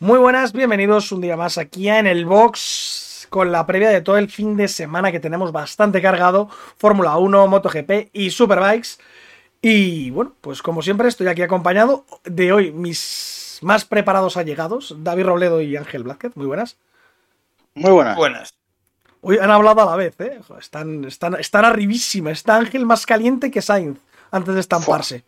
Muy buenas, bienvenidos un día más aquí en el box con la previa de todo el fin de semana que tenemos bastante cargado, Fórmula 1, MotoGP y Superbikes. Y bueno, pues como siempre estoy aquí acompañado de hoy mis más preparados allegados, David Robledo y Ángel Blázquez. Muy buenas. Muy buenas. Buenas. Hoy han hablado a la vez, ¿eh? Están arribísima. Está Ángel más caliente que Sainz antes de estamparse.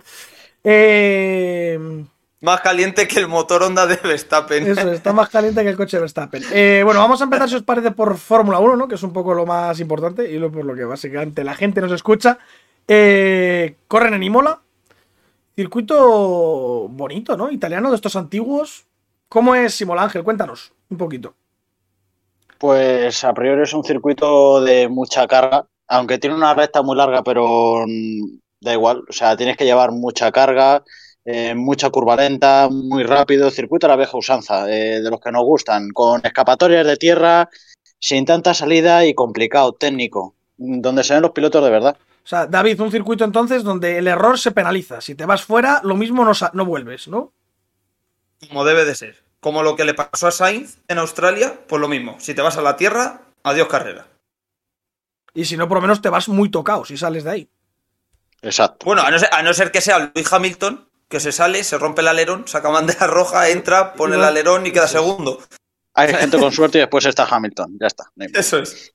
Más caliente que el motor Honda de Verstappen. Eso, está más caliente que el coche de Verstappen. Bueno, vamos a empezar, si os parece, por Fórmula 1, ¿no? Que es un poco lo más importante y por lo que básicamente la gente nos escucha. Corren en Imola. Circuito bonito, ¿no? Italiano, de estos antiguos. ¿Cómo es Imola, Ángel? Cuéntanos un poquito. Pues a priori es un circuito de mucha carga, aunque tiene una recta muy larga, pero da igual. O sea, tienes que llevar mucha carga, mucha curva lenta, muy rápido. Circuito a la vieja usanza, de los que nos gustan, con escapatorias de tierra, sin tanta salida y complicado, técnico, donde se ven los pilotos de verdad. O sea, David, un circuito entonces donde el error se penaliza. Si te vas fuera, lo mismo no vuelves, ¿no? Como debe de ser. Como lo que le pasó a Sainz en Australia, pues lo mismo. Si te vas a la tierra, adiós carrera. Y si no, por lo menos te vas muy tocado si sales de ahí. Exacto. Bueno, a no ser que sea Lewis Hamilton, que se sale, se rompe el alerón, saca bandera roja, entra, pone el alerón y queda segundo. Hay gente con suerte y después está Hamilton. Ya está. Eso es.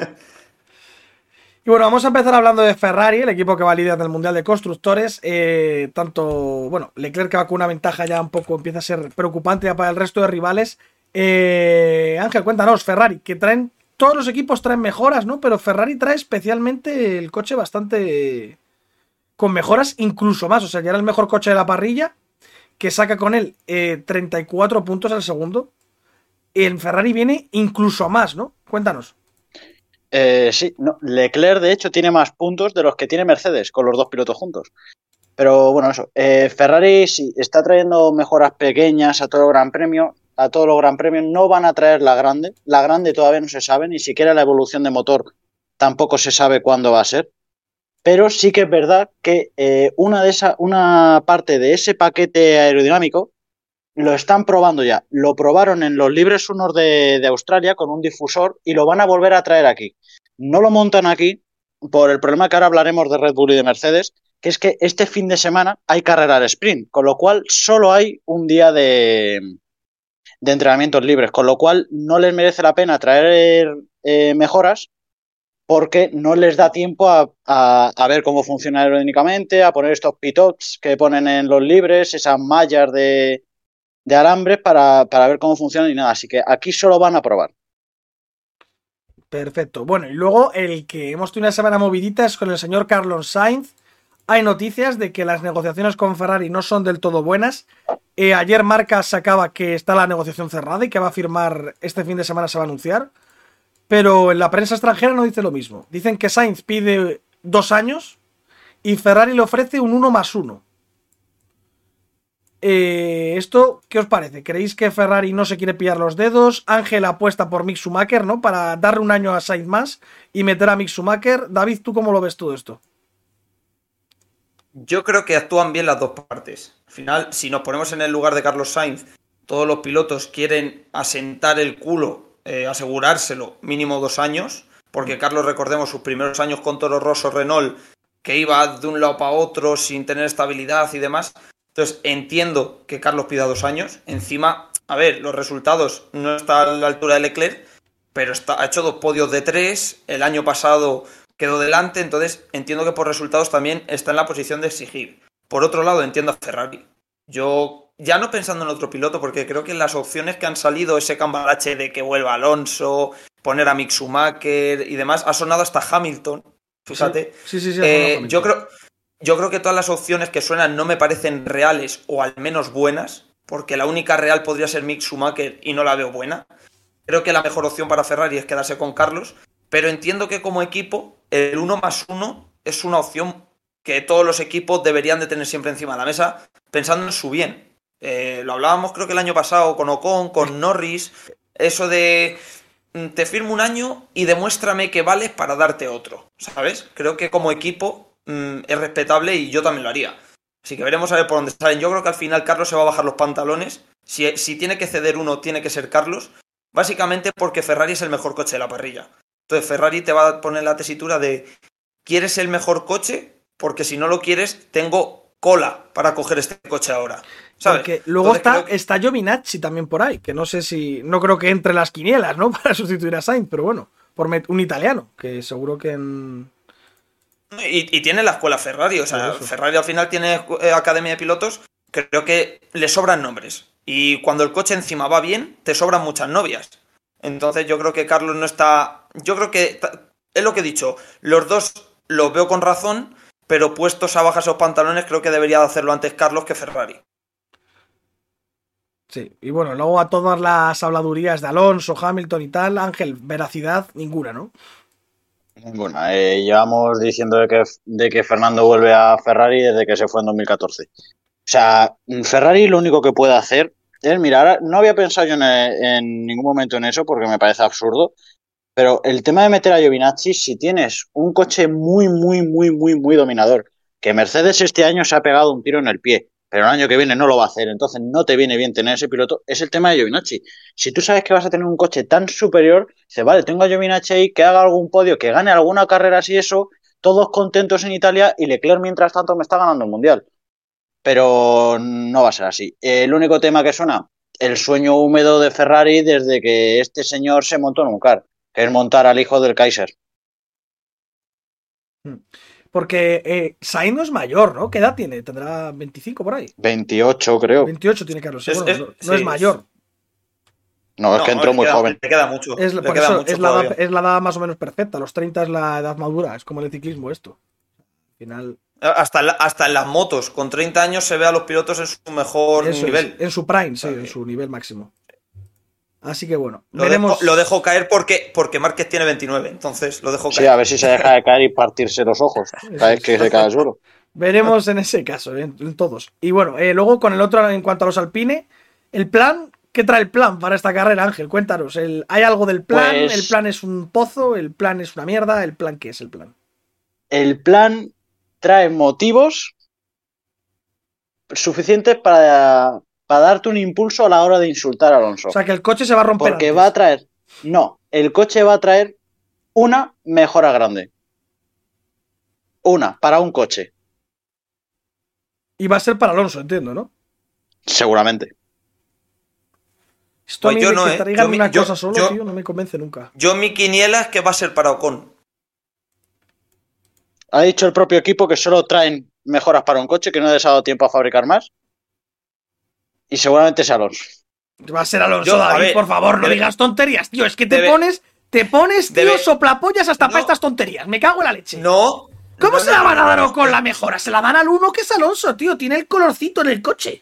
Y bueno, vamos a empezar hablando de Ferrari, el equipo que va líder del Mundial de Constructores. Leclerc, que va con una ventaja ya un poco, empieza a ser preocupante ya para el resto de rivales. Ángel, cuéntanos, Ferrari, que todos los equipos traen mejoras, ¿no? Pero Ferrari trae especialmente el coche bastante con mejoras, incluso más. O sea, ya era el mejor coche de la parrilla, que saca con él 34 puntos al segundo. El Ferrari viene incluso a más, ¿no? Cuéntanos. Sí, no. Leclerc de hecho tiene más puntos de los que tiene Mercedes con los dos pilotos juntos. Pero bueno, eso. Ferrari sí está trayendo mejoras pequeñas a todo el Gran Premio. A todos los Gran Premios no van a traer la grande. La grande todavía no se sabe, ni siquiera la evolución de motor tampoco se sabe cuándo va a ser. Pero sí que es verdad que una parte de ese paquete aerodinámico lo están probando ya. Lo probaron en los Libres 1 de Australia con un difusor y lo van a volver a traer aquí. No lo montan aquí por el problema que ahora hablaremos de Red Bull y de Mercedes, que es que este fin de semana hay carrera de sprint, con lo cual solo hay un día de entrenamientos libres, con lo cual no les merece la pena traer mejoras porque no les da tiempo a ver cómo funciona aerodinámicamente, a poner estos pitots que ponen en los libres, esas mallas de alambres para ver cómo funcionan y nada. Así que aquí solo van a probar. Perfecto. Bueno, y luego el que hemos tenido una semana movidita es con el señor Carlos Sainz. Hay noticias de que las negociaciones con Ferrari no son del todo buenas. Ayer Marca sacaba que está la negociación cerrada y que va a firmar este fin de semana, se va a anunciar. Pero en la prensa extranjera no dice lo mismo. Dicen que Sainz pide 2 años y Ferrari le ofrece un 1+1. ¿Esto qué os parece? ¿Creéis que Ferrari no se quiere pillar los dedos? Ángel apuesta por Mick Schumacher, ¿no? Para darle un año a Sainz más y meter a Mick Schumacher. David, ¿tú cómo lo ves todo esto? Yo creo que actúan bien las dos partes. Al final, si nos ponemos en el lugar de Carlos Sainz, todos los pilotos quieren asentar el culo, asegurárselo mínimo 2 años, porque Carlos, recordemos sus primeros años con Toro Rosso Renault, que iba de un lado para otro sin tener estabilidad y demás. Entonces entiendo que Carlos pida 2 años. Encima, a ver, los resultados no están a la altura de Leclerc, pero ha hecho 2 podios de 3. El año pasado quedó delante, entonces entiendo que por resultados también está en la posición de exigir. Por otro lado, entiendo a Ferrari. Yo, ya no pensando en otro piloto, porque creo que las opciones que han salido, ese cambalache de que vuelva Alonso, poner a Mick Schumacher y demás, ha sonado hasta Hamilton. Fíjate. Sí. Yo creo que todas las opciones que suenan no me parecen reales o al menos buenas, porque la única real podría ser Mick Schumacher y no la veo buena. Creo que la mejor opción para Ferrari es quedarse con Carlos, pero entiendo que como equipo el 1+1 es una opción que todos los equipos deberían de tener siempre encima de la mesa, pensando en su bien. Lo hablábamos creo que el año pasado con Ocon, con Norris, eso de te firmo un año y demuéstrame que vales para darte otro, ¿sabes? Creo que como equipo es respetable y yo también lo haría. Así que veremos a ver por dónde salen. Yo creo que al final Carlos se va a bajar los pantalones, Si tiene que ceder uno, tiene que ser Carlos, básicamente porque Ferrari es el mejor coche de la parrilla. Entonces Ferrari te va a poner la tesitura de ¿quieres el mejor coche? Porque si no lo quieres, tengo cola para coger este coche ahora. ¿Sabes? Porque luego Entonces, está Giovinazzi también por ahí, que no sé si... No creo que entre las quinielas, ¿no? Para sustituir a Sainz, pero bueno, un italiano, que seguro que en... Y tiene la escuela Ferrari, o sea, Ferrari al final tiene academia de pilotos, creo que le sobran nombres. Y cuando el coche encima va bien, te sobran muchas novias. Entonces yo creo que Carlos no está... Yo creo que es lo que he dicho, los dos los veo con razón, pero puestos a bajar esos pantalones creo que debería de hacerlo antes Carlos que Ferrari. Sí, y bueno, luego a todas las habladurías de Alonso, Hamilton y tal, Ángel, veracidad ninguna, ¿no? Ninguna. Llevamos diciendo de que Fernando vuelve a Ferrari desde que se fue en 2014. O sea, Ferrari lo único que puede hacer es, mira, ahora no había pensado yo en ningún momento en eso porque me parece absurdo, pero el tema de meter a Giovinazzi, si tienes un coche muy dominador, que Mercedes este año se ha pegado un tiro en el pie, pero el año que viene no lo va a hacer, entonces no te viene bien tener ese piloto, es el tema de Giovinazzi. Si tú sabes que vas a tener un coche tan superior, dices, vale, tengo a Giovinazzi ahí, que haga algún podio, que gane alguna carrera así eso, todos contentos en Italia y Leclerc mientras tanto me está ganando el Mundial. Pero no va a ser así. El único tema que suena, el sueño húmedo de Ferrari desde que este señor se montó en un car, que es montar al hijo del Kaiser. Porque Sainz no es mayor, ¿no? ¿Qué edad tiene? ¿Tendrá 25 por ahí? 28, creo. 28 tiene Carlos. Sí, bueno, no sí, es mayor. No, es que entró muy joven. Le queda mucho. Es la edad más o menos perfecta. Los 30 es la edad madura. Es como el ciclismo esto. Al final... Hasta en las motos, con 30 años se ve a los pilotos en su mejor nivel. En su prime, sí, en su nivel máximo. Así que bueno, lo dejo caer porque Márquez tiene 29, entonces lo dejo caer. Sí, a ver si se deja de caer y partirse los ojos. Cada vez que se cae al suelo. Veremos en ese caso, en todos. Y bueno, luego con el otro, en cuanto a los Alpine, el plan, ¿qué trae el plan para esta carrera, Ángel? Cuéntanos. ¿Hay algo del plan? Pues... ¿El plan es un pozo? ¿El plan es una mierda? ¿El plan qué es el plan? El plan trae motivos suficientes para darte un impulso a la hora de insultar a Alonso. O sea, que el coche se va a romper porque antes. Va a traer... No, el coche va a traer una mejora grande. Una, para un coche. Y va a ser para Alonso, entiendo, ¿no? Seguramente. Esto pues a mí no, que traigan una cosa solo, tío, no me convence nunca. Yo mi quiniela es que va a ser para Ocon. Ha dicho el propio equipo que solo traen mejoras para un coche, que no les ha dado tiempo a fabricar más. Y seguramente es Alonso. Va a ser Alonso, David, por favor, no digas tonterías, tío. Es que te pones, tío, soplapollas hasta para estas tonterías. Me cago en la leche. No. ¿Cómo se la van a dar Ocon la mejora? Se la dan al uno que es Alonso, tío. Tiene el colorcito en el coche.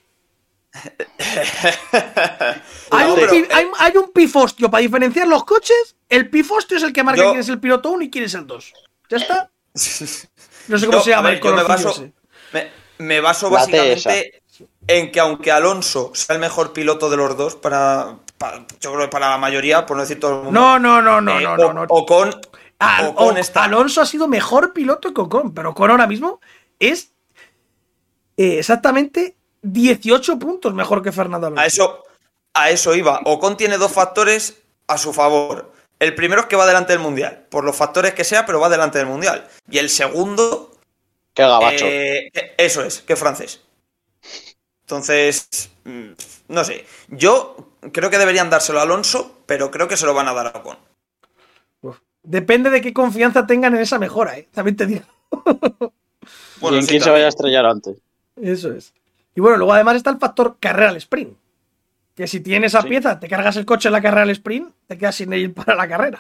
Hay un pifostio para diferenciar los coches. El pifostio es el que marca quién es el piloto 1 y quién es el 2. ¿Ya está? No sé cómo se llama el colorcito. Me baso básicamente en que aunque Alonso sea el mejor piloto de los dos, yo creo que para la mayoría, por no decir todo el mundo. No. Ocon está... Alonso ha sido mejor piloto que Ocon, pero Ocon ahora mismo es exactamente 18 puntos mejor que Fernando Alonso. A eso iba. Ocon tiene dos factores a su favor. El primero es que va delante del Mundial, por los factores que sea, pero va delante del Mundial. Y el segundo... ¡Qué gabacho! Eso es, que francés. Entonces, no sé. Yo creo que deberían dárselo a Alonso, pero creo que se lo van a dar a Ocon. Depende de qué confianza tengan en esa mejora, también te digo. Bueno, y en quién se vaya a estrellar antes. Eso es. Y bueno, luego además está el factor carrera al sprint. Que si tienes esa pieza, te cargas el coche en la carrera al sprint, te quedas sin ir para la carrera.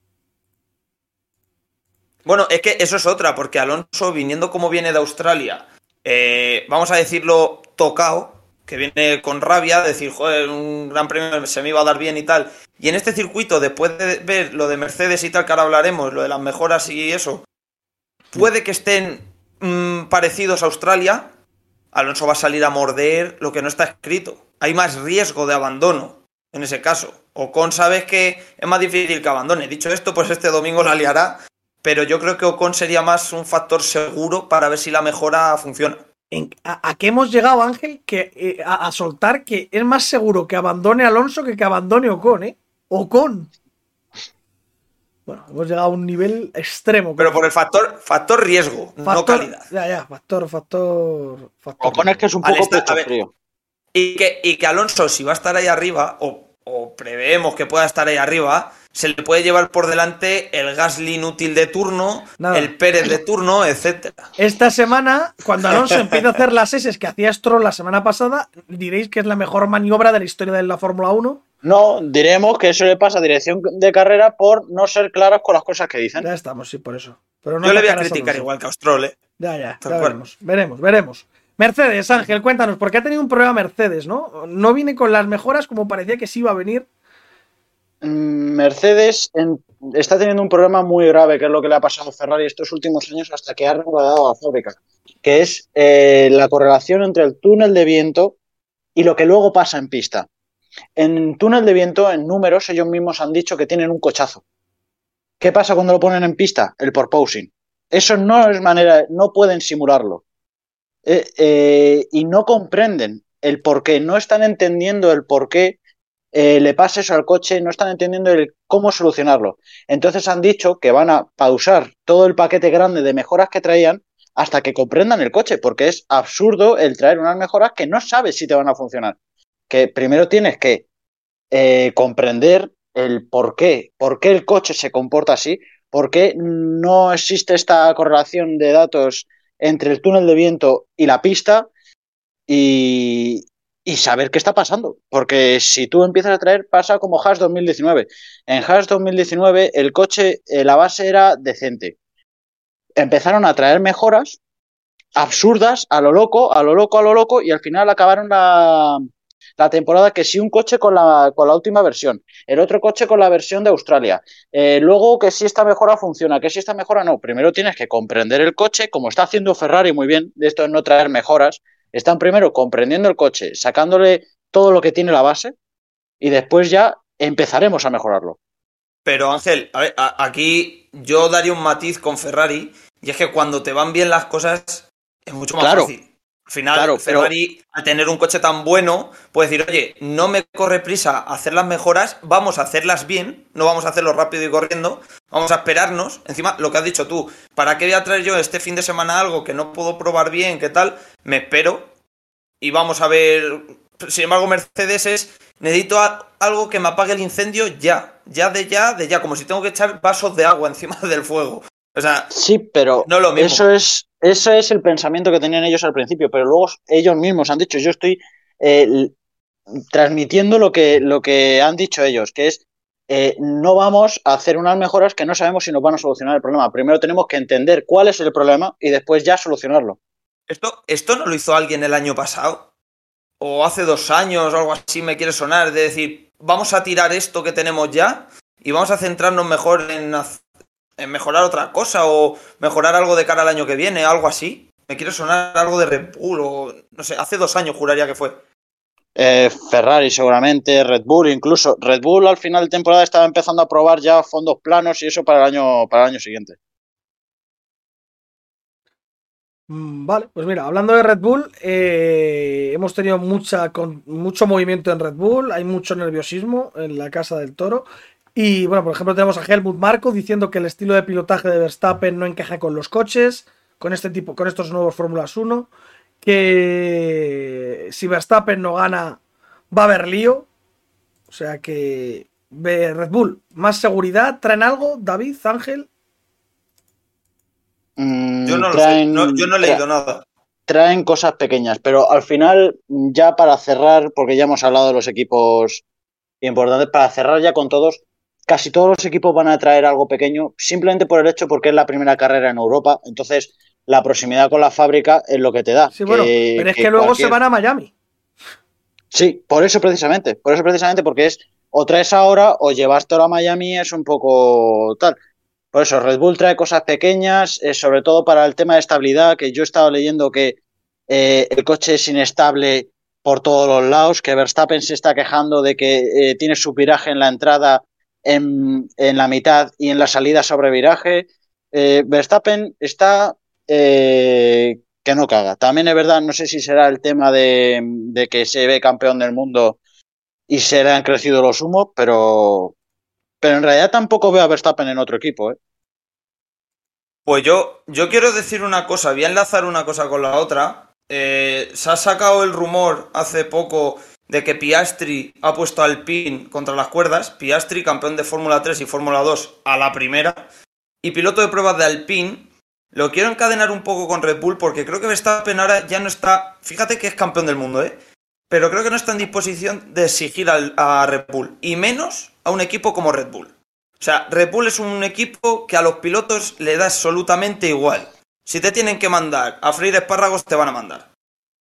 Bueno, es que eso es otra, porque Alonso, viniendo como viene de Australia, vamos a decirlo, tocado, que viene con rabia, decir, joder, un gran premio se me iba a dar bien y tal. Y en este circuito, después de ver lo de Mercedes y tal, que ahora hablaremos, lo de las mejoras y eso, puede que estén parecidos a Australia. Alonso va a salir a morder lo que no está escrito. Hay más riesgo de abandono en ese caso. Ocon sabes que es más difícil que abandone. Dicho esto, pues este domingo la liará. Pero yo creo que Ocon sería más un factor seguro para ver si la mejora funciona. ¿A qué hemos llegado, Ángel? A soltar que es más seguro que abandone Alonso que abandone Ocon, ¿eh? Ocon. Bueno, hemos llegado a un nivel extremo. Pero por el factor riesgo, no calidad. Ya, factor. Ocon es que es un poco pecho frío. Y que Alonso, si va a estar ahí arriba, o preveemos que pueda estar ahí arriba, se le puede llevar por delante el Gasly inútil de turno, el Pérez de turno, etcétera. Esta semana, cuando Alonso empiece a hacer las S que hacía Stroll la semana pasada, diréis que es la mejor maniobra de la historia de la Fórmula 1. No, diremos que eso le pasa a dirección de carrera por no ser claros con las cosas que dicen. Ya estamos, sí, por eso. Pero no yo le voy a criticar igual que a Stroll, ¿eh? Ya veremos. Mercedes, Ángel, cuéntanos, porque ha tenido un problema Mercedes, ¿no? No viene con las mejoras como parecía que sí iba a venir. Mercedes está teniendo un problema muy grave, que es lo que le ha pasado a Ferrari estos últimos años hasta que ha renovado la fábrica, que es la correlación entre el túnel de viento y lo que luego pasa en pista. En túnel de viento, en números, ellos mismos han dicho que tienen un cochazo. ¿Qué pasa cuando lo ponen en pista? El porpoising. Eso no es manera, no pueden simularlo. Y no comprenden el por qué, no están entendiendo el por qué le pasa eso al coche, no están entendiendo el cómo solucionarlo. Entonces han dicho que van a pausar todo el paquete grande de mejoras que traían hasta que comprendan el coche, porque es absurdo el traer unas mejoras que no sabes si te van a funcionar. Que primero tienes que comprender el por qué el coche se comporta así, por qué no existe esta correlación de datos entre el túnel de viento y la pista y saber qué está pasando. Porque si tú empiezas a traer, pasa como Haas 2019. En Haas 2019 el coche, la base era decente. Empezaron a traer mejoras absurdas, a lo loco, y al final acabaron la temporada que sí un coche con la última versión, el otro coche con la versión de Australia, luego que si esta mejora funciona, que si esta mejora no. Primero tienes que comprender el coche, como está haciendo Ferrari muy bien, de esto es no traer mejoras. Están primero comprendiendo el coche, sacándole todo lo que tiene la base y después ya empezaremos a mejorarlo. Pero Ángel, a ver, aquí yo daría un matiz con Ferrari, y es que cuando te van bien las cosas es mucho más fácil. Al final, Ferrari, al tener un coche tan bueno, puede decir, oye, no me corre prisa hacer las mejoras, vamos a hacerlas bien, no vamos a hacerlo rápido y corriendo, vamos a esperarnos. Encima, lo que has dicho tú, ¿para qué voy a traer yo este fin de semana algo que no puedo probar bien, qué tal? Me espero y vamos a ver. Sin embargo, Mercedes necesito algo que me apague el incendio ya, como si tengo que echar vasos de agua encima del fuego. O sea, sí, pero no es lo mismo. Eso es el pensamiento que tenían ellos al principio, pero luego ellos mismos han dicho, yo estoy transmitiendo lo que han dicho ellos, que es no vamos a hacer unas mejoras que no sabemos si nos van a solucionar el problema. Primero tenemos que entender cuál es el problema y después ya solucionarlo. ¿Esto no lo hizo alguien el año pasado? ¿O hace 2 años o algo así me quiere sonar? De decir, vamos a tirar esto que tenemos ya y vamos a centrarnos mejor en mejorar otra cosa o mejorar algo de cara al año que viene, algo así. Me quiere sonar algo de Red Bull o no sé, hace 2 años juraría que fue. Ferrari seguramente, Red Bull incluso. Red Bull al final de temporada estaba empezando a probar ya fondos planos y eso para el año siguiente. Vale, pues mira, hablando de Red Bull, hemos tenido mucho movimiento en Red Bull, hay mucho nerviosismo en la Casa del Toro. Y bueno, por ejemplo, tenemos a Helmut Marko diciendo que el estilo de pilotaje de Verstappen no encaja con los coches, con estos nuevos Fórmulas 1. Que si Verstappen no gana, va a haber lío. O sea que Red Bull, más seguridad, ¿traen algo? David, Ángel. Yo no lo sé, yo no he leído nada. Traen cosas pequeñas, pero al final, ya para cerrar, porque ya hemos hablado de los equipos importantes, para cerrar ya con todos, casi todos los equipos van a traer algo pequeño, simplemente por el hecho porque es la primera carrera en Europa, entonces la proximidad con la fábrica es lo que te da. Sí, bueno, pero es que luego se van a Miami. Sí, por eso precisamente, porque es o traes ahora o llevártelo a Miami, es un poco tal. Por eso, Red Bull trae cosas pequeñas, sobre todo para el tema de estabilidad, que yo he estado leyendo que el coche es inestable por todos los lados, que Verstappen se está quejando de que tiene su viraje en la entrada en la mitad y en la salida sobre viraje. Verstappen está que no caga. También es verdad, no sé si será el tema de que se ve campeón del mundo y se le han crecido los humos, pero en realidad tampoco veo a Verstappen en otro equipo, ¿eh? Pues yo quiero decir una cosa, voy a enlazar una cosa con la otra. Se ha sacado el rumor hace poco de que Piastri ha puesto al Alpine contra las cuerdas. Piastri, campeón de Fórmula 3 y Fórmula 2 a la primera. Y piloto de pruebas de Alpine. Lo quiero encadenar un poco con Red Bull porque creo que Verstappen ahora ya no está... Fíjate que es campeón del mundo, ¿eh? Pero creo que no está en disposición de exigir a Red Bull. Y menos a un equipo como Red Bull. O sea, Red Bull es un equipo que a los pilotos le da absolutamente igual. Si te tienen que mandar a freír espárragos, te van a mandar.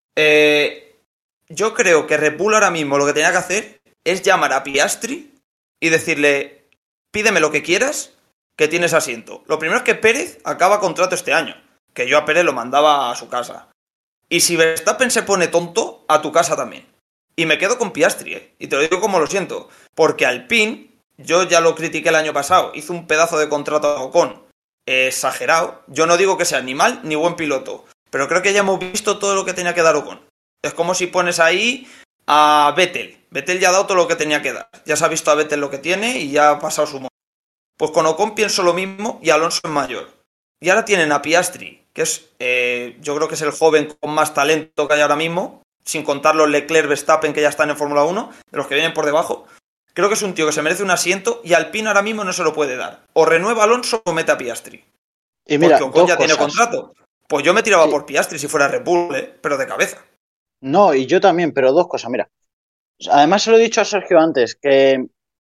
Yo creo que Red Bull ahora mismo lo que tenía que hacer es llamar a Piastri y decirle, pídeme lo que quieras, que tienes asiento. Lo primero es que Pérez acaba contrato este año, que yo a Pérez lo mandaba a su casa. Y si Verstappen se pone tonto, a tu casa también. Y me quedo con Piastri, ¿eh? Y te lo digo como lo siento, porque Alpine, yo ya lo critiqué el año pasado, hizo un pedazo de contrato a Ocon exagerado. Yo no digo que sea ni mal ni buen piloto, pero creo que ya hemos visto todo lo que tenía que dar Ocon. Es como si pones ahí a Vettel. Vettel ya ha dado todo lo que tenía que dar. Ya se ha visto a Vettel lo que tiene y ya ha pasado su momento. Pues con Ocon pienso lo mismo y Alonso es mayor. Y ahora tienen a Piastri, que es, yo creo que es el joven con más talento que hay ahora mismo, sin contar los Leclerc, Verstappen que ya están en Fórmula 1, de los que vienen por debajo. Creo que es un tío que se merece un asiento y Alpine ahora mismo no se lo puede dar. O renueva Alonso o mete a Piastri. Y mira, porque Ocon ya tiene cosas. contrato. Pues yo me tiraba Sí. por Piastri si fuera Red Bull, pero de cabeza. No, y yo también, pero dos cosas, mira. Además se lo he dicho a Sergio antes, que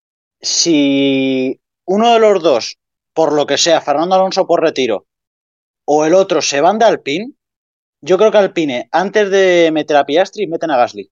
si uno de los dos, por lo que sea, Fernando Alonso por retiro, o el otro se van de Alpine, yo creo que Alpine, antes de meter a Piastri, meten a Gasly.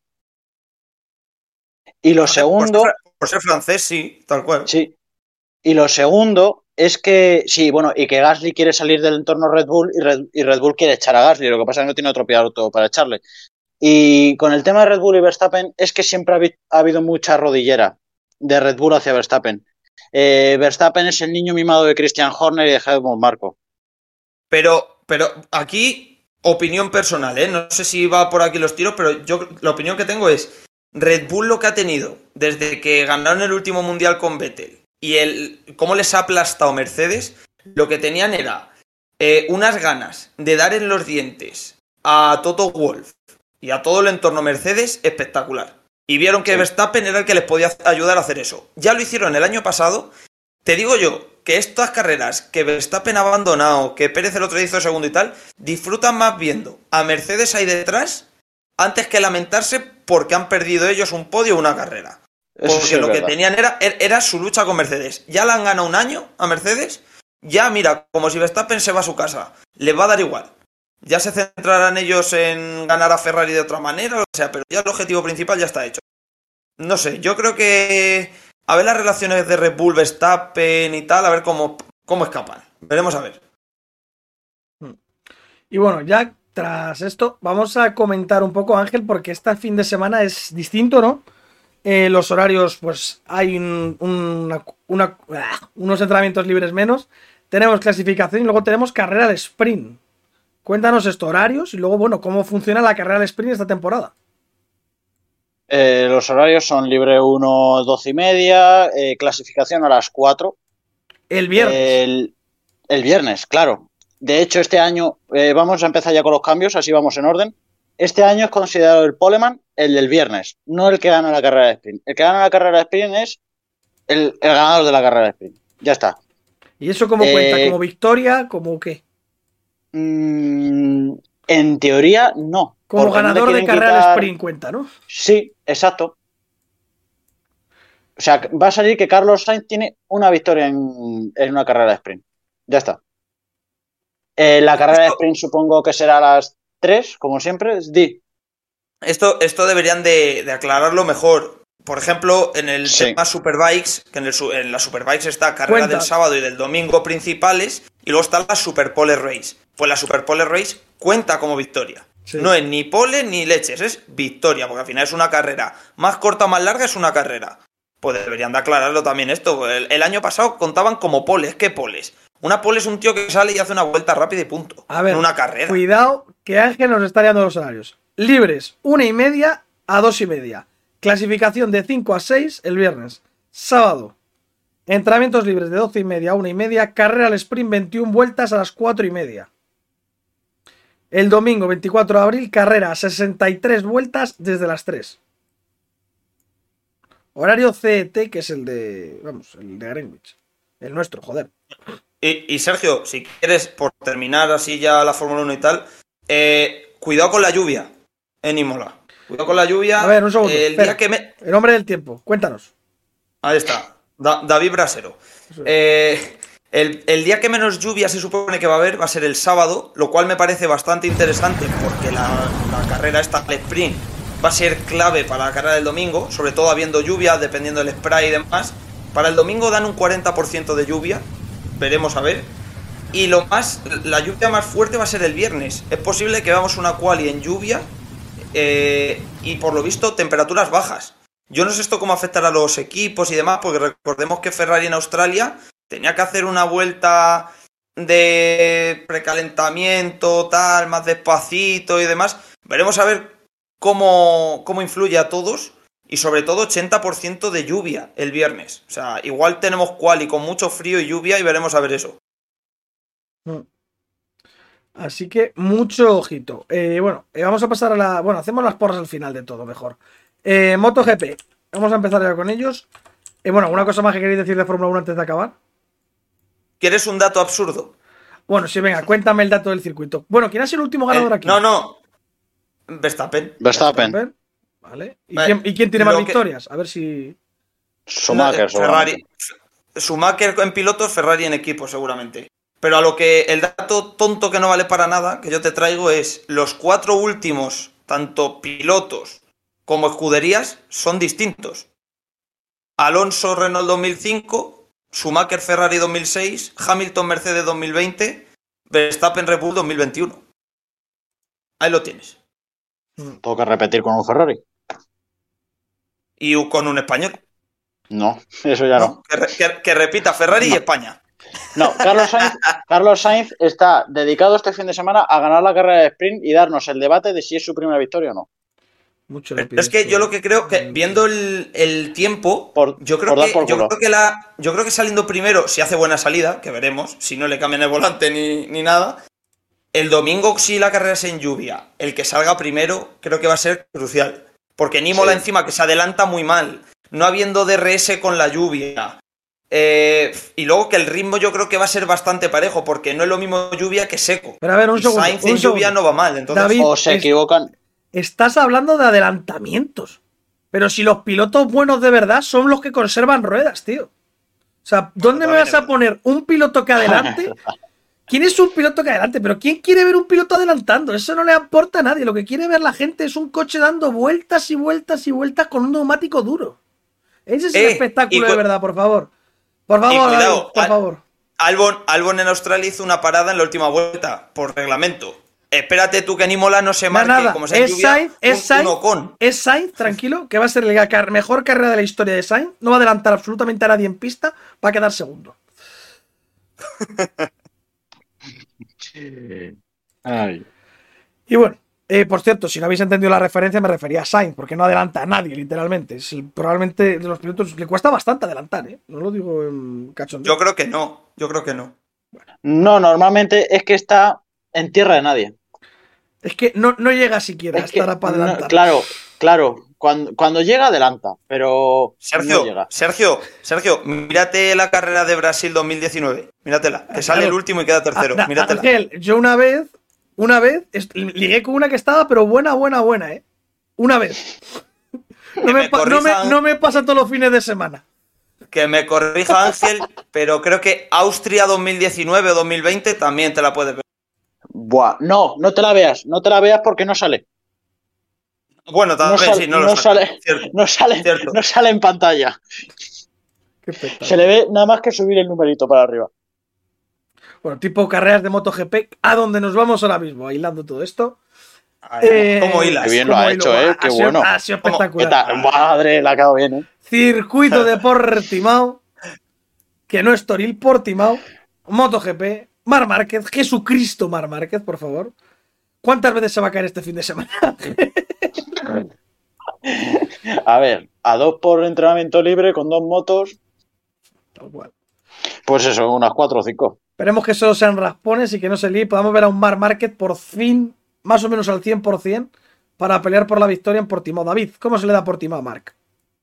Y lo segundo, Por ser francés, sí, tal cual. sí, y lo segundo es que, sí, bueno, y que Gasly quiere salir del entorno Red Bull y Red Bull quiere echar a Gasly, lo que pasa es que no tiene otro piloto para echarle. Y con el tema de Red Bull y Verstappen, es que siempre ha habido mucha rodillera de Red Bull hacia Verstappen. Verstappen es el niño mimado de Christian Horner y de Helmut Marko. Pero aquí, opinión personal, ¿eh? No sé si va por aquí los tiros, pero yo la opinión que tengo es Red Bull lo que ha tenido desde que ganaron el último mundial con Vettel y cómo les ha aplastado Mercedes, lo que tenían era unas ganas de dar en los dientes a Toto Wolff y a todo el entorno Mercedes espectacular. Y vieron que Sí. Verstappen era el que les podía ayudar a hacer eso. Ya lo hicieron el año pasado. Te digo yo que estas carreras que Verstappen ha abandonado, que Pérez el otro día hizo segundo y tal, disfrutan más viendo a Mercedes ahí detrás antes que lamentarse porque han perdido ellos un podio o una carrera. Eso Porque sí es lo que verdad. tenían era su lucha con Mercedes. Ya la han ganado un año a Mercedes. Ya mira, como si Verstappen se va a su casa. Les va a dar igual. Ya se centrarán ellos en ganar a Ferrari de otra manera, o lo que sea, pero ya el objetivo principal ya está hecho. No sé, yo creo que a ver las relaciones de Red Bull, Verstappen y tal, a ver cómo escapan. Veremos a ver. Y bueno, ya tras esto, vamos a comentar un poco, Ángel, porque este fin de semana es distinto, ¿no? Los horarios, pues hay unos entrenamientos libres menos. Tenemos clasificación y luego tenemos carrera al sprint. Cuéntanos estos horarios y luego, bueno, cómo funciona la carrera al sprint esta temporada. Los horarios son libre 1, 12:30, clasificación a las 4. El viernes. El viernes, claro. De hecho, este año vamos a empezar ya con los cambios, así vamos en orden. Este año es considerado el poleman el del viernes, no el que gana la carrera de sprint. El que gana la carrera de sprint es el ganador de la carrera de sprint. Ya está. ¿Y eso cómo cuenta? ¿Como victoria? ¿Como qué? En teoría, no. Como porque ganador no de carrera al sprint cuenta, ¿no? Sí, exacto. O sea, va a salir que Carlos Sainz tiene una victoria en una carrera de sprint. Ya está. La carrera de sprint supongo que será a las 3, como siempre. Esto deberían de aclararlo mejor. Por ejemplo, en el Sí. tema Superbikes, que en las Superbikes está carrera Cuenta. del sábado y del domingo principales, y luego está la Superpole Race. Pues la Superpole Race cuenta como victoria. Sí. No es ni pole ni leches, es victoria, porque al final es una carrera. Más corta o más larga es una carrera. Pues deberían de aclararlo también esto. El año pasado contaban como poles. ¿Qué poles? Una pole es un tío que sale y hace una vuelta rápida y punto. A ver, en una carrera. Cuidado, que Ángel nos está liando los horarios. Libres, 1:30 a 2:30. Clasificación de 5 a 6 el viernes. Sábado, entrenamientos libres de 12:30 a 1:30. Carrera al sprint, 21 vueltas a las 4:30. El domingo, 24 de abril, carrera a 63 vueltas desde las 3. Horario CET, que es el de. Vamos, el de Greenwich. El nuestro, joder. Y Sergio, si quieres, por terminar así ya la Fórmula 1 y tal, cuidado con la lluvia en Imola. Cuidado con la lluvia. A ver, un segundo. El día que me... El hombre del tiempo, cuéntanos. Ahí está, David Brasero. El día que menos lluvia se supone que va a haber va a ser el sábado, lo cual me parece bastante interesante porque la carrera esta, el sprint, va a ser clave para la carrera del domingo, sobre todo habiendo lluvia, dependiendo del spray y demás. Para el domingo dan un 40% de lluvia, veremos a ver. Y la lluvia más fuerte va a ser el viernes. Es posible que veamos una quali en lluvia y por lo visto temperaturas bajas. Yo no sé esto cómo afectará a los equipos y demás, porque recordemos que Ferrari en Australia tenía que hacer una vuelta de precalentamiento, tal, más despacito y demás. Veremos a ver cómo influye a todos. Y sobre todo 80% de lluvia el viernes. O sea, igual tenemos quali con mucho frío y lluvia y veremos a ver eso. Así que mucho ojito. Vamos a pasar a la... Bueno, hacemos las porras al final de todo, mejor. MotoGP. Vamos a empezar ya con ellos. ¿Alguna cosa más que queréis decir de Fórmula 1 antes de acabar? ¿Quieres un dato absurdo? Bueno, sí, venga, cuéntame el dato del circuito. Bueno, ¿quién ha sido el último ganador aquí? No. Verstappen. Vale. ¿Y quién tiene más victorias? A ver si... Schumacher, Ferrari. Schumacher en pilotos, Ferrari en equipo, seguramente. Pero el dato tonto que no vale para nada que yo te traigo es los 4 últimos, tanto pilotos como escuderías, son distintos. Alonso Renault 2005, Schumacher Ferrari 2006, Hamilton Mercedes 2020, Verstappen Red Bull 2021. Ahí lo tienes. Tengo que repetir con un Ferrari. Y con un español. No, eso ya no. Que repita Ferrari y España. No, Carlos Sainz está dedicado este fin de semana a ganar la carrera de sprint y darnos el debate de si es su primera victoria o no. Es que yo lo que creo que viendo el tiempo, yo creo que saliendo primero, si hace buena salida, que veremos, si no le cambian el volante ni nada. El domingo, si la carrera es en lluvia, el que salga primero creo que va a ser crucial. Porque en Imola encima que se adelanta muy mal, no habiendo DRS con la lluvia. Y luego que el ritmo yo creo que va a ser bastante parejo, porque no es lo mismo lluvia que seco. Pero a ver, un segundo. Sainz en lluvia no va mal, entonces... David, o se equivocan. Estás hablando de adelantamientos. Pero si los pilotos buenos de verdad son los que conservan ruedas, tío. O sea, ¿dónde me vas a poner un piloto que adelante? ¿Quién es un piloto que adelante? Pero ¿quién quiere ver un piloto adelantando? Eso no le aporta a nadie. Lo que quiere ver la gente es un coche dando vueltas y vueltas y vueltas con un neumático duro. Ese es el espectáculo de verdad, por favor. Por favor, cuidado, por favor. Albon en Australia hizo una parada en la última vuelta, por reglamento. Espérate tú que en Imola no se marque, nada. Como sea en lluvia, un Ocon. Es Sainz, tranquilo, que va a ser la mejor carrera de la historia de Sainz. No va a adelantar absolutamente a nadie en pista, va a quedar segundo. Ay. Y bueno, por cierto, si no habéis entendido la referencia, me refería a Sainz, porque no adelanta a nadie, literalmente. Probablemente de los pilotos le cuesta bastante adelantar, ¿eh? No lo digo en cachondeo. Yo creo que no. No, normalmente es que está en tierra de nadie. Es que no llega siquiera a estar para adelantar. Claro. Cuando llega, adelanta, pero no llega. Sergio, mírate la carrera de Brasil 2019. Míratela, que sale el último y queda tercero. Míratela. Ángel, yo una vez ligué con una que estaba, pero buena, ¿eh? Una vez. No me pasa todos los fines de semana. Que me corrija Ángel, pero creo que Austria 2019 o 2020 también te la puedes ver. Buah, no te la veas porque no sale. Bueno, también no sale en pantalla. Se le ve nada más que subir el numerito para arriba. Bueno, tipo carreras de MotoGP, a donde nos vamos ahora mismo, aislando todo esto. ¿Cómo hilas? Qué bien lo ha hecho, qué bueno. Ha sido espectacular. Madre, le ha quedado bien, Circuito de Portimao, que no es Toril, Portimao. MotoGP, Marc Márquez, Jesucristo Marc Márquez, por favor. ¿Cuántas veces se va a caer este fin de semana? A ver, a 2 por entrenamiento libre con 2 motos. Tal cual. Pues eso, unas 4 o 5. Esperemos que solo sean raspones y que no se líe. Podamos ver a un Marc Márquez por fin, más o menos al 100%, para pelear por la victoria en Portimao. David, ¿cómo se le da Portimao a Marc?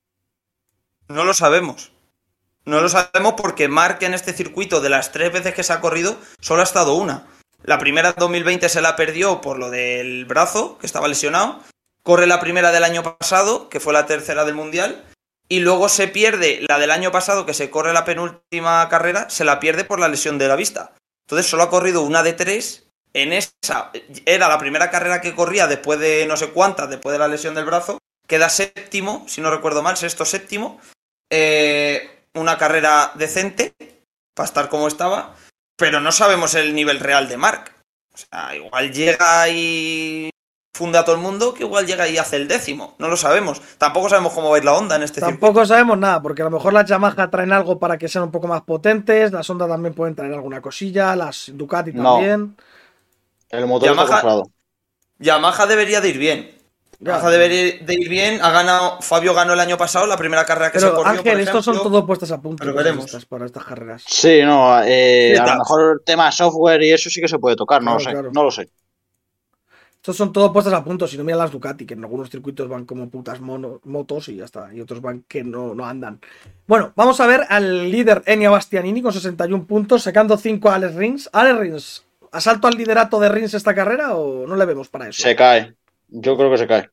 No lo sabemos. No lo sabemos porque Marc en este circuito, de las 3 veces que se ha corrido, solo ha estado una. La primera en 2020 se la perdió por lo del brazo, que estaba lesionado. Corre la primera del año pasado, que fue la tercera del Mundial. Y luego se pierde la del año pasado, que se corre la penúltima carrera, se la pierde por la lesión de la vista. Entonces solo ha corrido una de 3. En esa era la primera carrera que corría después de no sé cuántas, después de la lesión del brazo. Queda séptimo, si no recuerdo mal, sexto, séptimo. Una carrera decente, para estar como estaba. Pero no sabemos el nivel real de Marc. O sea, igual llega y funda a todo el mundo, que igual llega y hace el 10º. No lo sabemos. Tampoco sabemos cómo va a ir la Honda en este circuito. Tampoco sabemos nada, porque a lo mejor las Yamaha traen algo para que sean un poco más potentes. Las Honda también pueden traer alguna cosilla. Las Ducati también. El motor está comprado. Yamaha debería de ir bien. Yamaha debería de ir bien. Fabio ganó el año pasado la primera carrera que se corrió. Ángel, por estos son todos puestos a punto. Pero veremos. Para estas carreras. Sí, no. A lo mejor el tema software y eso sí que se puede tocar. No lo sé. No lo sé. Estos son todos puestos a punto. Si no, mira las Ducati, que en algunos circuitos van como putas motos y ya está. Y otros van que no andan. Bueno, vamos a ver al líder Enea Bastianini con 61 puntos, sacando 5 a Alex Rins. Alex Rins, ¿asalto al liderato de Rins esta carrera o no le vemos para eso? Se cae. Yo creo que se cae.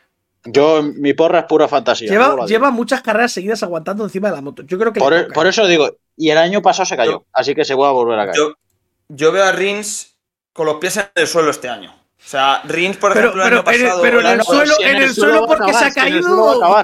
Mi porra es pura fantasía. Lleva muchas carreras seguidas aguantando encima de la moto. Yo creo que por eso digo, y el año pasado se cayó, así que se va a volver a caer. Yo veo a Rins con los pies en el suelo este año. O sea, Rins, por ejemplo, el año pasado... Pero en el suelo porque se ha caído...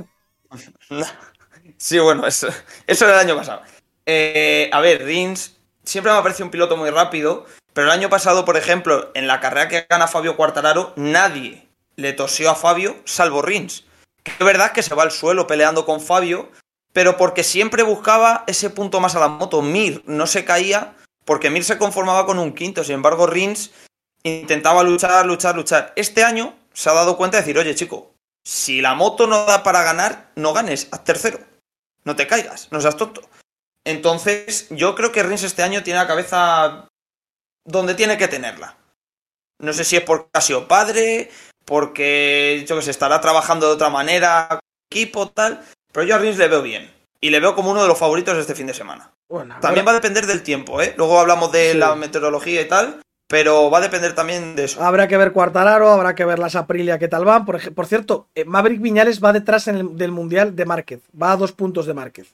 Sí, bueno, eso era el año pasado. A ver, Rins siempre me ha parecido un piloto muy rápido, pero el año pasado, por ejemplo, en la carrera que gana Fabio Quartararo, nadie le tosió a Fabio, salvo Rins. Que es verdad que se va al suelo peleando con Fabio, pero porque siempre buscaba ese punto más a la moto. Mir no se caía porque Mir se conformaba con un quinto. Sin embargo, Rins intentaba luchar. Este año se ha dado cuenta de decir, oye, chico, si la moto no da para ganar, no ganes, haz tercero. No te caigas, no seas tonto. Entonces, yo creo que Rins este año tiene la cabeza donde tiene que tenerla. No sé si es porque ha sido padre, porque yo que sé, estará trabajando de otra manera, equipo, tal, pero yo a Rins le veo bien. Y le veo como uno de los favoritos de este fin de semana. Bueno, también va a depender del tiempo, ¿eh? Luego hablamos de la meteorología y tal, pero va a depender también de eso. Habrá que ver Quartararo, habrá que ver las Aprilia qué tal van. Por cierto, Maverick Viñales va detrás del Mundial de Márquez. Va a 2 puntos de Márquez.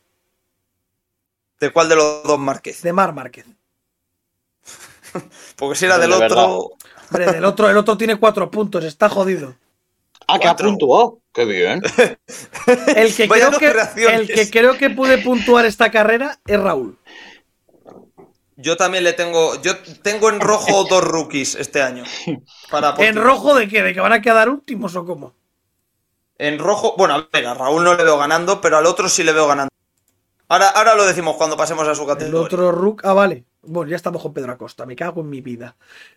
¿De cuál de los dos Márquez? De Marc Márquez. Porque si era del otro... Hombre, el otro tiene 4 puntos, está jodido. Ah, que ha puntuado. Qué bien. El que creo que puede puntuar esta carrera es Raúl. Yo también yo tengo en rojo 2 rookies este año. ¿En rojo de qué? ¿De que van a quedar últimos o cómo? En rojo, bueno, a ver, a Raúl no le veo ganando, pero al otro sí le veo ganando. Ahora lo decimos cuando pasemos a su categoría. El otro rook, vale. Bueno, ya estamos con Pedro Acosta, me cago en mi vida.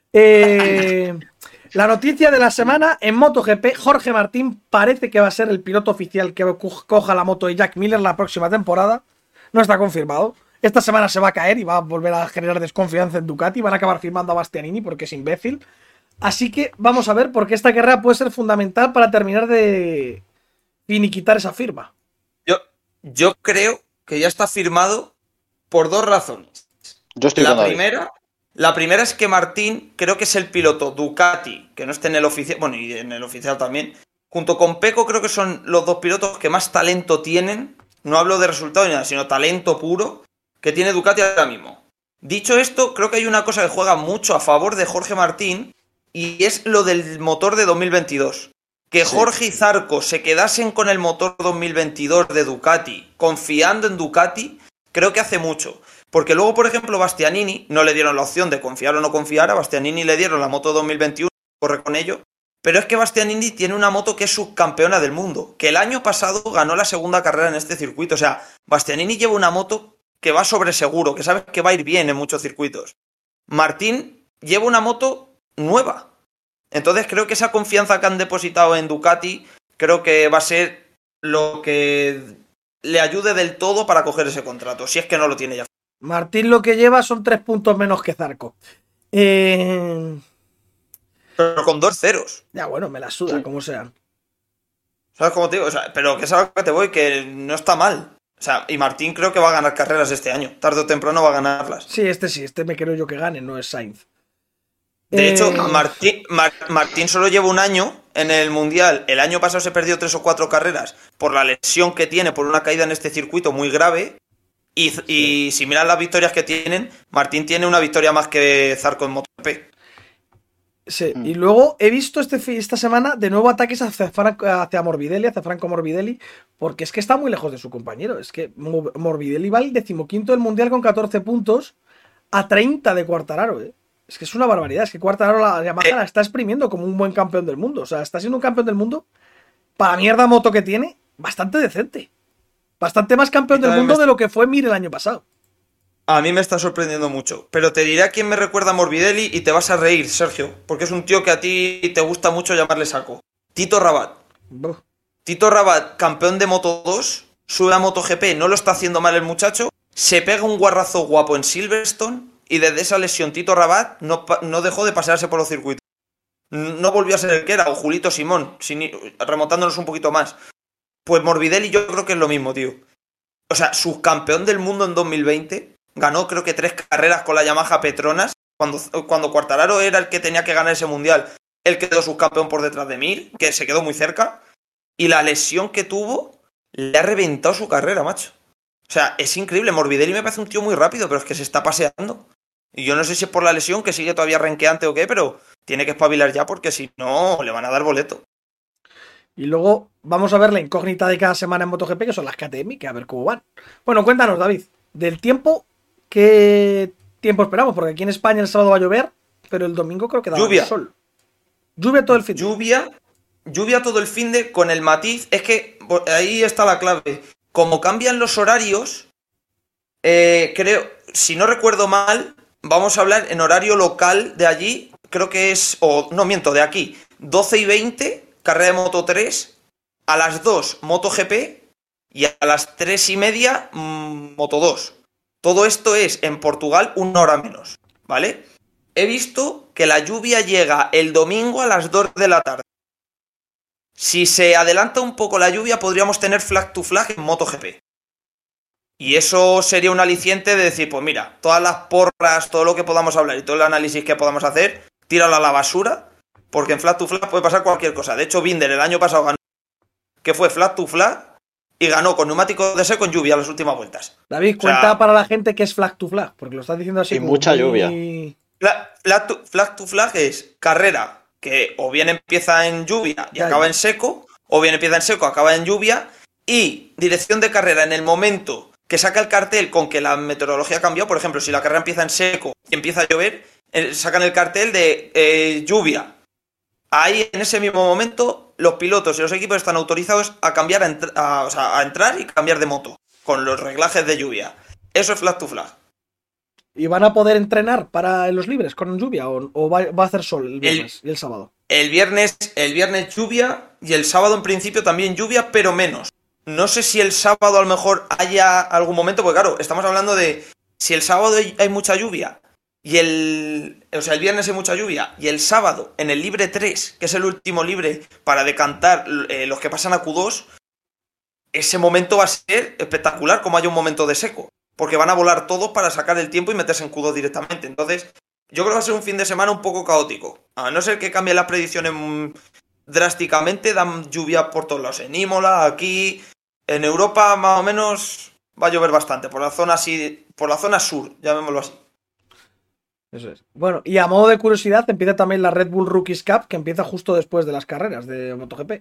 La noticia de la semana en MotoGP, Jorge Martín parece que va a ser el piloto oficial que coja la moto de Jack Miller la próxima temporada. No está confirmado. Esta semana se va a caer y va a volver a generar desconfianza en Ducati. Van a acabar firmando a Bastianini porque es imbécil. Así que vamos a ver, porque esta carrera puede ser fundamental para terminar de finiquitar esa firma. Yo creo que ya está firmado por 2 razones. Yo estoy La primera es que Martín creo que es el piloto Ducati, que no esté en el oficial, bueno, y en el oficial también. Junto con Pecco creo que son los 2 pilotos que más talento tienen. No hablo de resultado ni nada, sino talento puro que tiene Ducati ahora mismo. Dicho esto, creo que hay una cosa que juega mucho a favor de Jorge Martín y es lo del motor de 2022. Que Jorge y Zarco se quedasen con el motor 2022 de Ducati, confiando en Ducati, creo que hace mucho. Porque luego, por ejemplo, Bastianini no le dieron la opción de confiar o no confiar. A Bastianini le dieron la moto 2021, corre con ello. Pero es que Bastianini tiene una moto que es subcampeona del mundo. Que el año pasado ganó la segunda carrera en este circuito. O sea, Bastianini lleva una moto que va sobre seguro, que sabes que va a ir bien en muchos circuitos. Martín lleva una moto nueva. Entonces creo que esa confianza que han depositado en Ducati, creo que va a ser lo que le ayude del todo para coger ese contrato, si es que no lo tiene ya. Martín lo que lleva son 3 puntos menos que Zarco. Pero con 2 ceros. Ya, bueno, me la suda, Sí. como sea. ¿Sabes cómo te digo? O sea, pero que es algo que te voy, que no está mal. O sea, y Martín creo que va a ganar carreras este año. Tarde o temprano va a ganarlas. Sí, este me creo yo que gane, no es Sainz. De hecho, Martín solo lleva un año en el Mundial. El año pasado se perdió 3 o 4 carreras por la lesión que tiene, por una caída en este circuito muy grave. Y si miras las victorias que tienen, Martín tiene una victoria más que Zarco en MotoGP. Sí, y luego he visto esta semana de nuevo ataques hacia Morbidelli, hacia Franco Morbidelli, porque es que está muy lejos de su compañero. Es que Morbidelli va al 15º del Mundial con 14 puntos a 30 de Quartararo, ¿eh? Es que es una barbaridad. Es que Quartararo la Yamaha la está exprimiendo como un buen campeón del mundo. O sea, está siendo un campeón del mundo, para la mierda moto que tiene, bastante decente. Bastante más campeón del mundo de lo que fue Mir el año pasado. A mí me está sorprendiendo mucho. Pero te diré a quién me recuerda a Morbidelli y te vas a reír, Sergio. Porque es un tío que a ti te gusta mucho llamarle saco. Tito Rabat. Buf. Tito Rabat, campeón de Moto 2, sube a MotoGP, no lo está haciendo mal el muchacho, se pega un guarrazo guapo en Silverstone y desde esa lesión Tito Rabat no dejó de pasearse por los circuitos. No volvió a ser el que era, o Julito Simón, remontándonos un poquito más. Pues Morbidelli yo creo que es lo mismo, tío. O sea, subcampeón del mundo en 2020, ganó creo que 3 carreras con la Yamaha Petronas, cuando Quartararo era el que tenía que ganar ese mundial, él quedó subcampeón por detrás de Mir, que se quedó muy cerca, y la lesión que tuvo le ha reventado su carrera, macho. O sea, es increíble, Morbidelli me parece un tío muy rápido, pero es que se está paseando. Y yo no sé si es por la lesión, que sigue todavía renqueante o qué, pero tiene que espabilar ya porque si no, le van a dar boleto. Y luego vamos a ver la incógnita de cada semana en MotoGP, que son las KTM, que a ver cómo van. Bueno, cuéntanos, David, del tiempo, ¿qué tiempo esperamos? Porque aquí en España el sábado va a llover, pero el domingo creo que da Lluvia. sol. Lluvia todo el fin. Lluvia todo el fin de con el matiz. Es que ahí está la clave. Como cambian los horarios, creo, si no recuerdo mal, vamos a hablar en horario local de allí. Creo que es, o no miento, de aquí, 12:20, carrera de Moto 3, a las 2, MotoGP, y a las 3:30, Moto 2. Todo esto es en Portugal 1 hora menos, ¿vale? He visto que la lluvia llega el domingo a las 2 de la tarde. Si se adelanta un poco la lluvia, podríamos tener flag to flag en MotoGP. Y eso sería un aliciente de decir, pues mira, todas las porras, todo lo que podamos hablar y todo el análisis que podamos hacer, tíralo a la basura, porque en flag to flag puede pasar cualquier cosa. De hecho, Binder el año pasado ganó, que fue flag to flag, y ganó con neumáticos de seco en lluvia las últimas vueltas. David, cuenta para la gente que es flag to flag, porque lo estás diciendo así. Y mucha lluvia. Flag to flag es carrera que o bien empieza en lluvia y acaba en seco, o bien empieza en seco, acaba en lluvia, y dirección de carrera en el momento que saca el cartel con que la meteorología ha cambiado. Por ejemplo, si la carrera empieza en seco y empieza a llover, sacan el cartel de lluvia. Ahí, en ese mismo momento, los pilotos y los equipos están autorizados a cambiar, a entrar y cambiar de moto, con los reglajes de lluvia. Eso es flag to flag. ¿Y van a poder entrenar para los libres con lluvia o va a hacer sol el viernes y el sábado? El viernes lluvia y el sábado en principio también lluvia, pero menos. No sé si el sábado a lo mejor haya algún momento, porque claro, estamos hablando de si el sábado hay mucha lluvia y el viernes hay mucha lluvia y el sábado en el libre 3, que es el último libre para decantar los que pasan a Q2, ese momento va a ser espectacular como haya un momento de seco. Porque van a volar todos para sacar el tiempo y meterse en Q2 directamente. Entonces, yo creo que va a ser un fin de semana un poco caótico. A no ser que cambien las predicciones drásticamente, dan lluvia por todos lados. En Imola, aquí, en Europa, más o menos, va a llover bastante. Por la zona sur, llamémoslo así. Eso es. Bueno, y a modo de curiosidad, empieza también la Red Bull Rookies Cup, que empieza justo después de las carreras de MotoGP.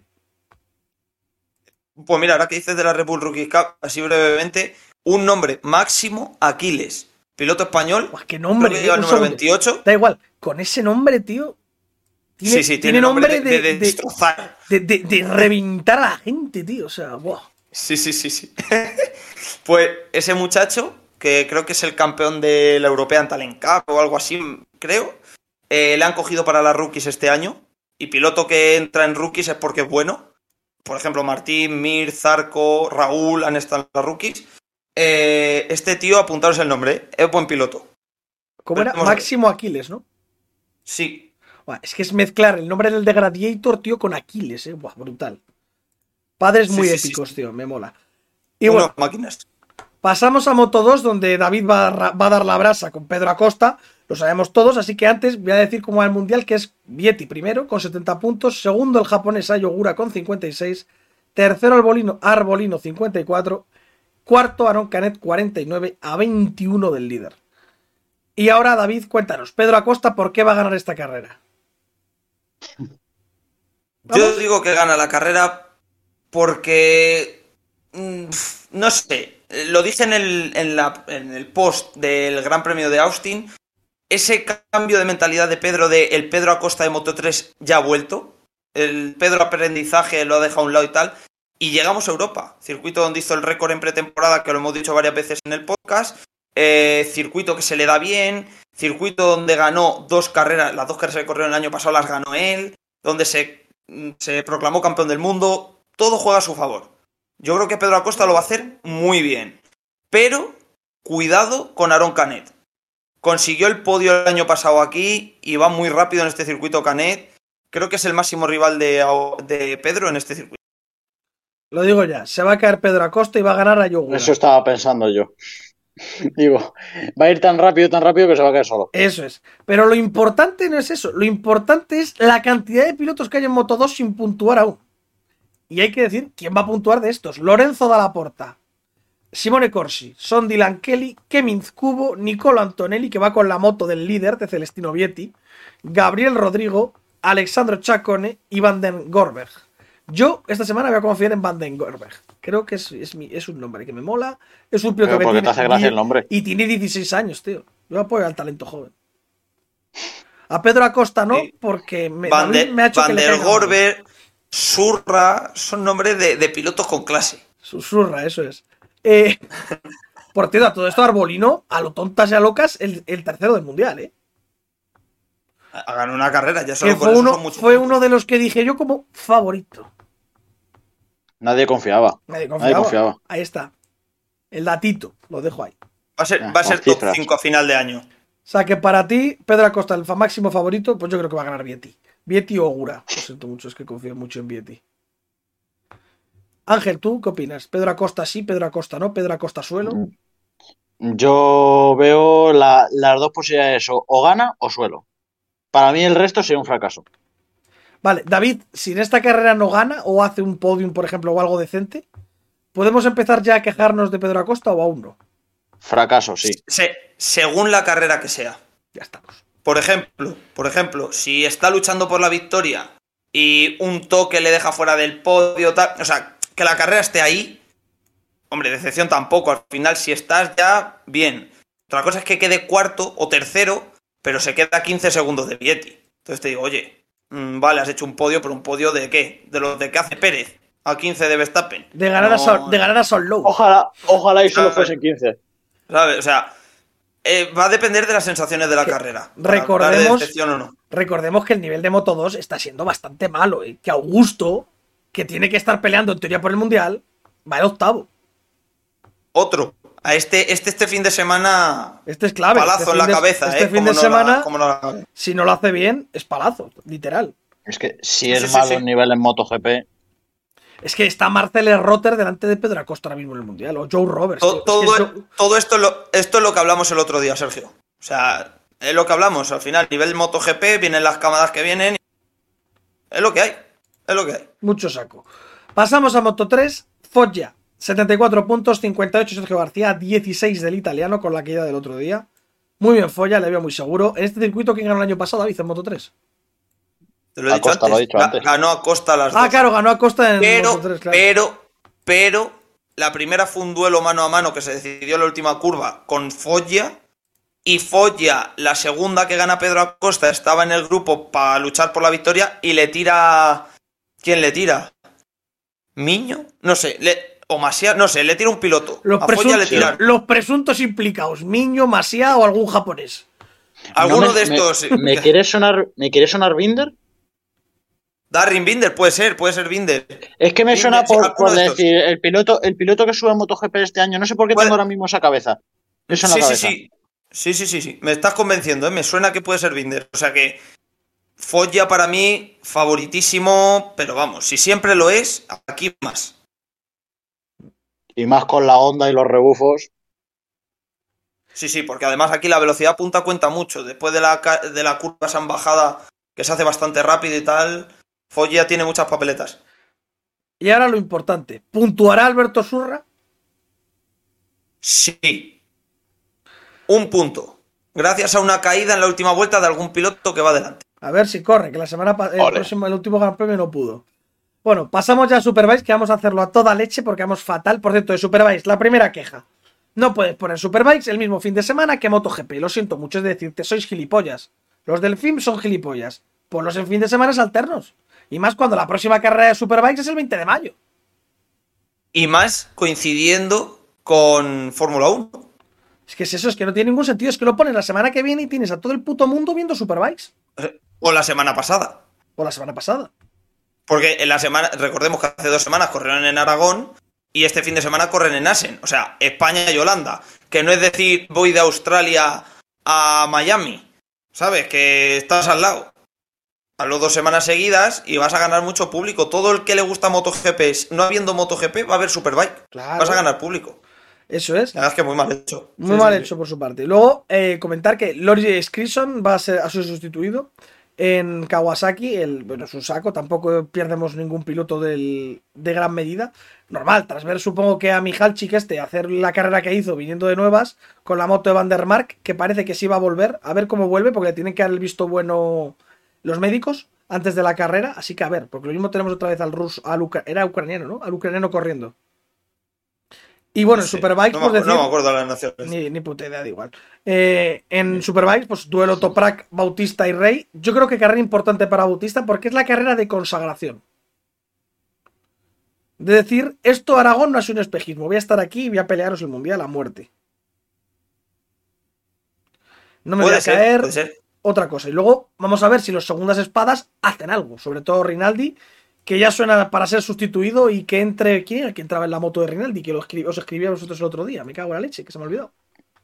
Pues mira, ahora que dices de la Red Bull Rookies Cup, así brevemente, un nombre, Máximo Aquiles, piloto español. Uah, qué nombre, creo que lleva el número 28. Da igual, con ese nombre, tío. Tiene nombre de destrozar. De reventar a la gente, tío. O sea, wow. Sí. Pues ese muchacho, que creo que es el campeón de la European Talent Cup o algo así, creo. Le han cogido para las rookies este año. Y piloto que entra en rookies es porque es bueno. Por ejemplo, Martín, Mir, Zarco, Raúl han estado en las rookies. Este tío, apuntaros el nombre, es buen piloto. ¿Cómo era? Máximo Aquiles, ¿no? Sí. Buah, es que es mezclar el nombre del de Gladiator, tío, con Aquiles, Buah, brutal. Padres muy épicos, tío, me mola. Y bueno, máquinas. Pasamos a Moto 2, donde David va a dar la brasa con Pedro Acosta. Lo sabemos todos, así que antes voy a decir cómo va el Mundial, que es Vietti primero, con 70 puntos. Segundo, el japonés Ayogura, con 56. Tercero, el Arbolino, 54. Cuarto, Aron Canet, 49, a 21 del líder. Y ahora, David, cuéntanos, Pedro Acosta, ¿por qué va a ganar esta carrera? Yo digo que gana la carrera porque... no sé, lo dije en el post del Gran Premio de Austin. Ese cambio de mentalidad de Pedro, el Pedro Acosta de Moto3 ya ha vuelto. El Pedro aprendizaje lo ha dejado a un lado y tal. Y llegamos a Europa, circuito donde hizo el récord en pretemporada, que lo hemos dicho varias veces en el podcast. Circuito que se le da bien, circuito donde ganó 2 carreras, las 2 carreras que corrieron el año pasado las ganó él, donde se proclamó campeón del mundo. Todo juega a su favor. Yo creo que Pedro Acosta lo va a hacer muy bien. Pero cuidado con Aron Canet. Consiguió el podio el año pasado aquí y va muy rápido en este circuito Canet. Creo que es el máximo rival de Pedro en este circuito. Lo digo ya, se va a caer Pedro Acosta y va a ganar a Yogura. Eso estaba pensando yo. Digo, va a ir tan rápido que se va a caer solo. Eso es. Pero lo importante no es eso. Lo importante es la cantidad de pilotos que hay en Moto 2 sin puntuar aún. Y hay que decir quién va a puntuar de estos. Lorenzo Dalla Porta, Simone Corsi, Son Dylan Kelly, Kevin Cubo, Nicolo Antonelli, que va con la moto del líder de Celestino Vietti, Gabriel Rodrigo, Alexandro Chacone y Van den Gorberg. Yo esta semana voy a confiar en Van den Gorberg. Creo que es un nombre que me mola. Es un piloto que tiene, te hace gracia el nombre. Y tiene 16 años, tío. Yo apoyo al talento joven. A Pedro Acosta no, porque me ha hecho Van den Gorberg, Surra, son nombres de pilotos con clase. Susurra, eso es. Por cierto, a todo esto Arbolino, a lo tontas y a locas, el tercero del mundial, Hagan una carrera, ya solo por eso son muchos. Fue uno de los que dije yo como favorito. Nadie confiaba. Ahí está. El datito, lo dejo ahí. Va a ser top 5 a final de año. O sea que para ti, Pedro Acosta, el máximo favorito, pues yo creo que va a ganar Vietti. Vietti o Ogura. Lo siento mucho, es que confío mucho en Vietti. Ángel, ¿tú qué opinas? ¿Pedro Acosta sí, Pedro Acosta no, Pedro Acosta suelo? Yo veo las dos posibilidades, o gana o suelo. Para mí el resto sería un fracaso. Vale, David, si en esta carrera no gana o hace un podium, por ejemplo, o algo decente, ¿podemos empezar ya a quejarnos de Pedro Acosta o aún no? Fracaso, sí. Según la carrera que sea. Ya estamos. Por ejemplo, si está luchando por la victoria y un toque le deja fuera del podio, tal, o sea, que la carrera esté ahí, hombre, decepción tampoco. Al final, si estás ya, bien. Otra cosa es que quede cuarto o tercero, pero se queda 15 segundos de Vietti. Entonces te digo, oye, vale, has hecho un podio, pero ¿un podio de qué? De los de que hace Pérez, a 15 de Verstappen. De ganar a Sol Low. Ojalá y solo fuesen 15. ¿Sabes? O sea, va a depender de las sensaciones de la carrera. Recordemos que el nivel de Moto 2 está siendo bastante malo. Que Augusto, que tiene que estar peleando en teoría por el Mundial, va el octavo. Otro. A este fin de semana. Este es clave. Palazo en la cabeza, Este fin de semana, si no lo hace bien, es palazo, literal. Es que si es malo el nivel en MotoGP. Es que está Marcel Rotter delante de Pedro Acosta ahora mismo en el Mundial. O Joe Roberts. Todo esto es lo que hablamos el otro día, Sergio. O sea, es lo que hablamos. Al final, nivel MotoGP, vienen las camadas que vienen. Es lo que hay. Mucho saco. Pasamos a Moto 3. Foggia. 74 puntos, 58 Sergio García, 16 del italiano con la caída del otro día. Muy bien Foggia, le veo muy seguro. En este circuito, ¿quién ganó el año pasado, David, en Moto 3? Te lo he dicho antes. Ganó Acosta las dos. Claro, ganó Acosta en Moto 3, claro. Pero la primera fue un duelo mano a mano que se decidió en la última curva con Foggia. Y Foggia, la segunda que gana Pedro Acosta, estaba en el grupo para luchar por la victoria y le tira... ¿Quién le tira? ¿Miño? No sé. o Masia, no sé, le tira un piloto. Los, A Foggia le tiran. los presuntos implicados, Miño, Masia o algún japonés. Alguno de estos. ¿Me quiere sonar Binder? Darren Binder, puede ser Binder. Es que me Binder, suena sí, por alguno de estos. decir, el piloto que sube a MotoGP este año, no sé por qué Puede- tengo ahora mismo esa cabeza. Eso en la cabeza. Sí. Me estás convenciendo, ¿eh? Me suena que puede ser Binder. O sea que Foggia para mí, favoritísimo, pero vamos, si siempre lo es, aquí más. Y más con la Honda y los rebufos. Sí, porque además aquí la velocidad punta cuenta mucho. Después de la curva esa embajada que se hace bastante rápido y tal, Foggia tiene muchas papeletas. Y ahora lo importante, ¿puntuará Alberto Surra? Sí. Un punto. Gracias a una caída en la última vuelta de algún piloto que va adelante. A ver si corre, que la semana el último Gran Premio no pudo. Bueno, pasamos ya a Superbikes, que vamos a hacerlo a toda leche porque vamos fatal. Por cierto, de Superbikes, la primera queja. No puedes poner Superbikes el mismo fin de semana que MotoGP. Lo siento mucho, es decirte, sois gilipollas. Los del FIM son gilipollas. Ponlos en fin de semana alternos. Y más cuando la próxima carrera de Superbikes es el 20 de mayo. Y más coincidiendo con Fórmula 1. Es que es eso, es que no tiene ningún sentido. Es que lo pones la semana que viene y tienes a todo el puto mundo viendo Superbikes. O la semana pasada. O la semana pasada. Porque en la semana, recordemos que hace 2 semanas corrieron en Aragón y este fin de semana corren en Assen. O sea, España y Holanda. Que no es decir, voy de Australia a Miami. ¿Sabes? Que estás al lado. Hazlo 2 semanas seguidas y vas a ganar mucho público. Todo el que le gusta MotoGP, no habiendo MotoGP, va a ver Superbike. Claro. Vas a ganar público. Eso es. La verdad es que muy mal hecho. Muy mal hecho por su parte. Y luego, comentar que Lori Scrison va a ser sustituido en Kawasaki. Bueno, su saco, tampoco perdemos ningún piloto de gran medida. Normal, tras ver, supongo que a Michalchik hacer la carrera que hizo viniendo de nuevas con la moto de Van der Mark, que parece que sí va a volver. A ver cómo vuelve, porque le tienen que dar el visto bueno los médicos antes de la carrera. Así que a ver, porque lo mismo tenemos otra vez al ruso, era ucraniano, ¿no? Al ucraniano corriendo. Y bueno, en Superbikes, no, pues decir. No me acuerdo de las naciones. Ni puta idea, da igual. En Superbikes, pues duelo Toprak, Bautista y Rey. Yo creo que carrera importante para Bautista porque es la carrera de consagración. De decir, esto Aragón no es un espejismo. Voy a estar aquí y voy a pelearos el mundial a muerte. No me voy a caer. Puede ser. Otra cosa. Y luego vamos a ver si los segundas espadas hacen algo. Sobre todo Rinaldi, que ya suena para ser sustituido y que entre... ¿Quién era el que entraba en la moto de Rinaldi? Que os escribí a vosotros el otro día. Me cago en la leche, que se me ha olvidado.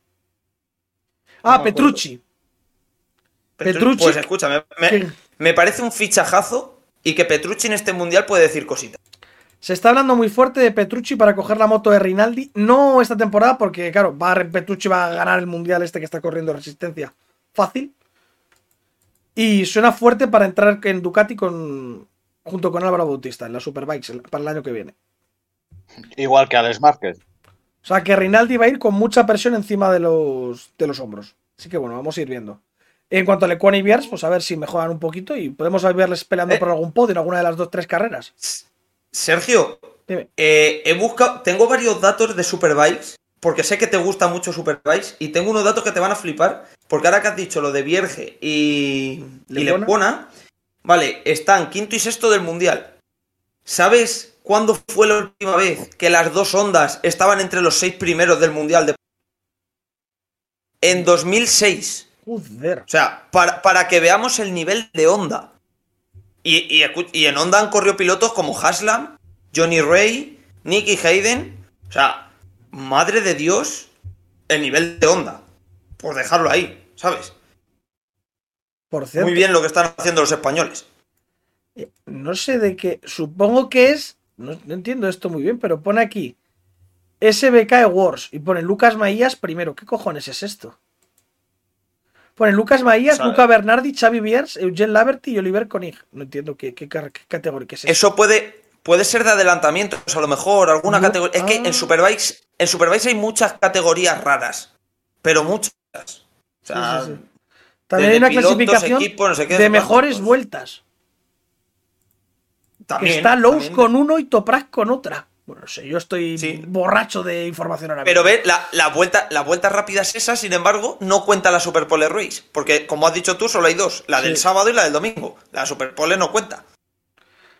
No Petrucci. Petrucci. Pues escúchame, me parece un fichajazo y que Petrucci en este mundial puede decir cositas. Se está hablando muy fuerte de Petrucci para coger la moto de Rinaldi. No esta temporada porque, claro, Petrucci va a ganar el mundial que está corriendo Resistencia. Fácil. Y suena fuerte para entrar en Ducati junto con Álvaro Bautista en la Superbikes para el año que viene. Igual que Alex Márquez. O sea que Rinaldi va a ir con mucha presión encima de los hombros. Así que bueno, vamos a ir viendo. En cuanto a Lecuona y Viers, pues a ver si mejoran un poquito y podemos verles peleando por algún podio en alguna de las 2-3 carreras. Sergio, he buscado, tengo varios datos de Superbikes, porque sé que te gusta mucho Superbikes, y tengo unos datos que te van a flipar, porque ahora que has dicho lo de Vierge y Lecuona, vale, están quinto y sexto del mundial. ¿Sabes cuándo fue la última vez que las dos Hondas estaban entre los 6 primeros del mundial? En 2006. Joder. O sea, para que veamos el nivel de Honda. Y en Honda han corrido pilotos como Haslam, Johnny Ray, Nicky Hayden. O sea, madre de Dios, el nivel de Honda. Por dejarlo ahí, ¿sabes? Por cierto, muy bien lo que están haciendo los españoles. No sé de qué. Supongo que es. No entiendo esto muy bien, pero pone aquí SBK Awards y pone Lucas Maías primero. ¿Qué cojones es esto? Pone Lucas Maías, Luca Bernardi, Xavi Viers, Eugene Laverty y Oliver Koenig. No entiendo qué categoría es eso. Puede ser de adelantamientos, a lo mejor, alguna categoría. Es que en Superbikes hay muchas categorías raras, pero muchas. O sea, sí. También hay una pilotos, clasificación equipos, no sé qué, de mejores vueltas. También, está Lowe's con uno y Toprak con otra. Bueno, no sé, yo estoy borracho de información ahora mismo. Pero ve, la vuelta rápida es esa, sin embargo, no cuenta la Superpole Race. Porque, como has dicho tú, solo hay dos. La del sábado y la del domingo. La Superpole no cuenta.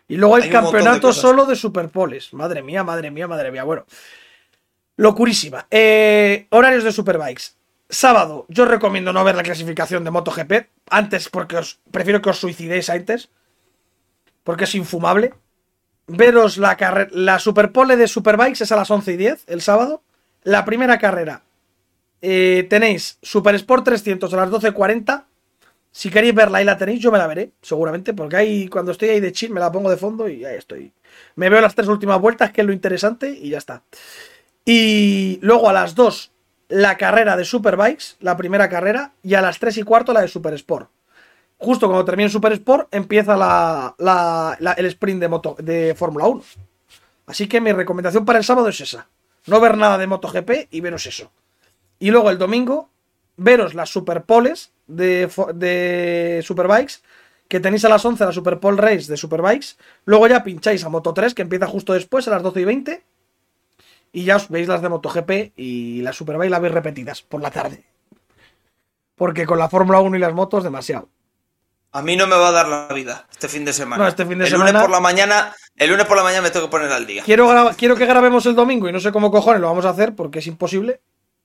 Y luego hay Hay un montón de campeonato cosas. solo de superpoles. Madre mía, madre mía, madre mía. Bueno, locurísima. Horarios de Superbikes. Sábado, yo os recomiendo no ver la clasificación de MotoGP antes, porque prefiero que os suicidéis antes, porque es infumable. Veros la Superpole de Superbikes es a las 11:10 el sábado. La primera carrera tenéis Super Sport 300 a las 12:40. Si queréis verla, ahí la tenéis, yo me la veré, seguramente, porque ahí cuando estoy ahí de chill me la pongo de fondo y ahí estoy. Me veo las 3 últimas vueltas, que es lo interesante, y ya está. Y luego a las 2 la carrera de Superbikes, la primera carrera, y a las 3:15 la de Super Sport. Justo cuando termine Super Sport empieza el sprint de Fórmula 1. Así que mi recomendación para el sábado es esa. No ver nada de MotoGP y veros eso. Y luego el domingo, veros las Superpoles de Superbikes, que tenéis a las 11 la Superpole Race de Superbikes. Luego ya pincháis a Moto3, que empieza justo después, a las 12:20. Y ya os veis las de MotoGP y las Superbikes las veis repetidas por la tarde. Porque con la Fórmula 1 y las motos, demasiado. A mí no me va a dar la vida este fin de semana. No, este fin de el semana- lunes por la mañana me tengo que poner al día. Quiero que grabemos el domingo y no sé cómo cojones lo vamos a hacer porque es imposible.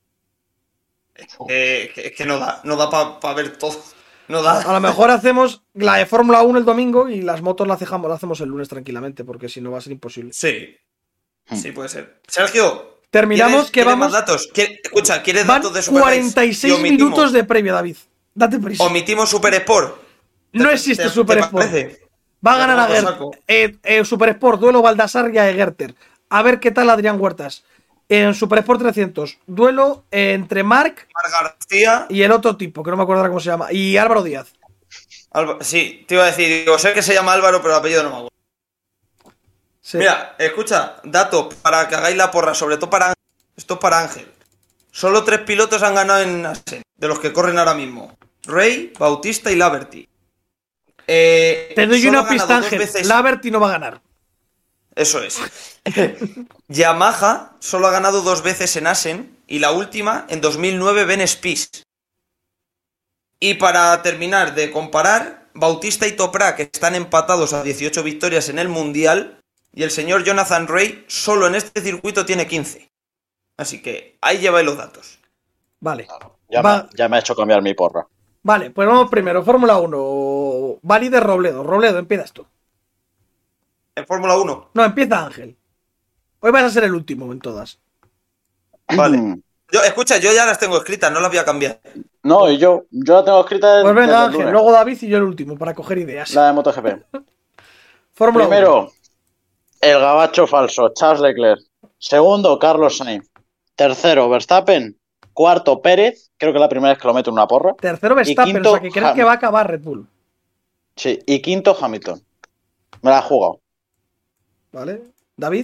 Es que no da para ver todo. No da. A lo mejor hacemos la de Fórmula 1 el domingo y las motos las hacemos el lunes tranquilamente, porque si no va a ser imposible. Sí. Sí, puede ser. Sergio, Terminamos, que ¿quieres vamos. más datos? Escucha, ¿quieres Van datos de Superbikes? 46 minutos de previo, David. Date prisa. Omitimos Super Sport. No existe Super ¿Te Sport. parece? Va a ganar a Te saco. Super Sport, duelo Baldassar y a Egerter. A ver qué tal Adrián Huertas. En Super Sport 300, duelo entre Marc Mar García. y el otro tipo, que no me acuerdo ahora cómo se llama, y Álvaro Díaz. Sí, te iba a decir, digo, sé que se llama Álvaro, pero el apellido no me acuerdo. Sí. Mira, escucha, dato para que hagáis la porra, sobre todo para Ángel. Esto es para Ángel. Solo 3 pilotos han ganado en Asen, de los que corren ahora mismo. Rey, Bautista y Laverty. Te doy solo una ha ganado pista, 2 Ángel. veces- Laverty no va a ganar. Eso es. Yamaha solo ha ganado 2 veces en Asen y la última en 2009 Ben Spies. Y para terminar de comparar, Bautista y Toprak que están empatados a 18 victorias en el Mundial y el señor Jonathan Ray solo en este circuito tiene 15. Así que ahí lleváis los datos. Vale. Ya me ha hecho cambiar mi porra. Vale, pues vamos primero. Fórmula 1. Vali de Robledo. Robledo, empiezas tú. En Fórmula 1. No, empieza Ángel. Hoy vas a ser el último en todas. Vale. Escucha, yo ya las tengo escritas, no las voy a cambiar. No, y yo la tengo escrita Pues venga, desde el Ángel. lunes. Luego David y yo el último para coger ideas. La de MotoGP. Fórmula 1. Primero, el gabacho falso, Charles Leclerc. Segundo, Carlos Sainz. Tercero, Verstappen. Cuarto, Pérez. Creo que es la primera vez que lo meto en una porra. Tercero Verstappen, quinto, o sea que crees que va a acabar Red Bull. Sí, y quinto, Hamilton. Me la he jugado. ¿Vale? David.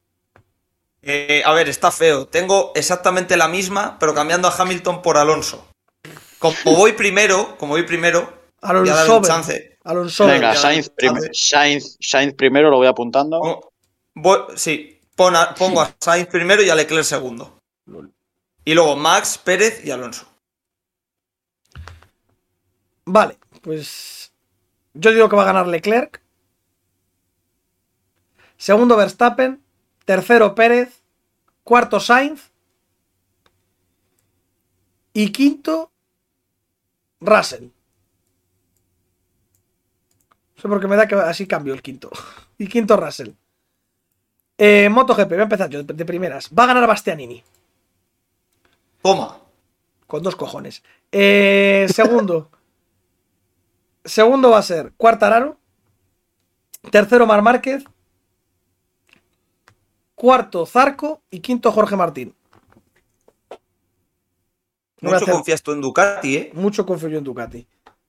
A ver, está feo. Tengo exactamente la misma, pero cambiando a Hamilton por Alonso. Como voy primero, voy a darle Alonso. un chance. Alonso. Venga, ya, Sainz primero, lo voy apuntando. Sí, pongo a Sainz primero y a Leclerc segundo. Y luego Max, Pérez y Alonso. Vale, pues yo digo que va a ganar Leclerc. Segundo Verstappen. Tercero Pérez. Cuarto Sainz. Y quinto Russell. No sé por qué me da que así cambio el quinto. Y quinto Russell. MotoGP, voy a empezar yo de primeras. Va a ganar Bastianini. Toma. Con 2 cojones. Segundo. Segundo va a ser Quartararo. Tercero Marc Márquez. Cuarto Zarco. Y quinto Jorge Martín. No voy a Mucho hacer- confías tú en Ducati, ¿eh? Mucho confío yo en Ducati.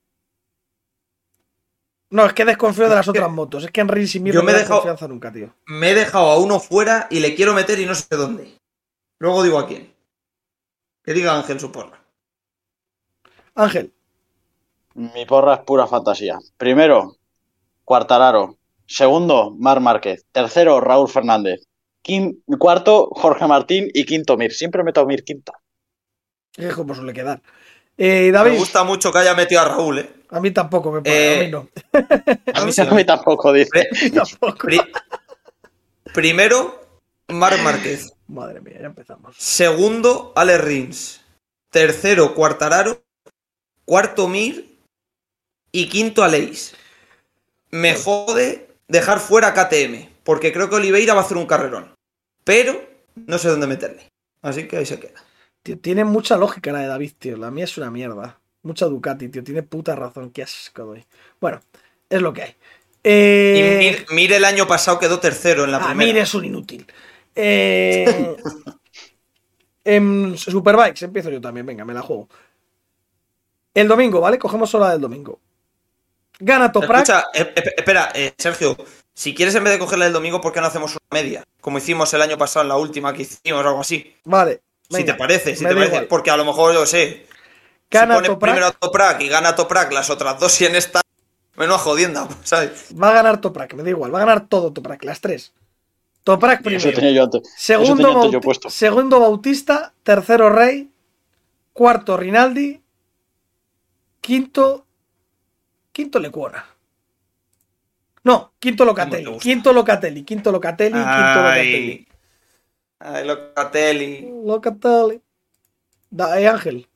No, es que desconfío de las otras motos. Es que en Rins y Mir Yo no me me he da dejado- confianza nunca, tío. Me he dejado a uno fuera y le quiero meter y no sé dónde. Luego digo a quién. Que diga Ángel su porra. Ángel. Mi porra es pura fantasía. Primero, Quartararo. Segundo, Marc Márquez. Tercero, Raúl Fernández. Cuarto, Jorge Martín. Y quinto, Mir. Siempre meto a Mir quinto. Es como suele quedar. Me David. gusta mucho que haya metido a Raúl, ¿eh? A mí tampoco me parece, a mí no. A mí tampoco, dice. Tampoco. Primero, Marc Márquez. Madre mía, ya empezamos. Segundo, Alex Rins. Tercero, Quartararo. Cuarto, Mir. Y quinto, Aleix. Me jode dejar fuera KTM, porque creo que Oliveira va a hacer un carrerón. Pero no sé dónde meterle. Así que ahí se queda. Tío, tiene mucha lógica la de David, tío. La mía es una mierda. Mucha Ducati, tío. Tiene puta razón. Qué asco doy. Bueno, es lo que hay. Y Mir el año pasado quedó tercero en la primera. Mir es un inútil. En Superbikes empiezo yo también. Venga, me la juego. El domingo, ¿vale? Cogemos solo la del domingo. Gana Toprak. Escucha, espera, Sergio. Si quieres, en vez de cogerla del domingo, ¿por qué no hacemos una media? Como hicimos el año pasado en la última que hicimos, o algo así. Vale. Venga, si te parece. Igual. Porque a lo mejor, yo sé. Gana si pone Toprak. primero a Toprak y gana Toprak las otras dos y en esta. Menuda jodienda, ¿sabes? Va a ganar Toprak, me da igual. Va a ganar todo Toprak, las tres. Toprak primero. Eso tenía yo antes. Segundo Bautista. Tercero Rey. Cuarto Rinaldi. Quinto Lecuona. No, quinto Locatelli. Quinto Locatelli. Ay, Locatelli. Ángel.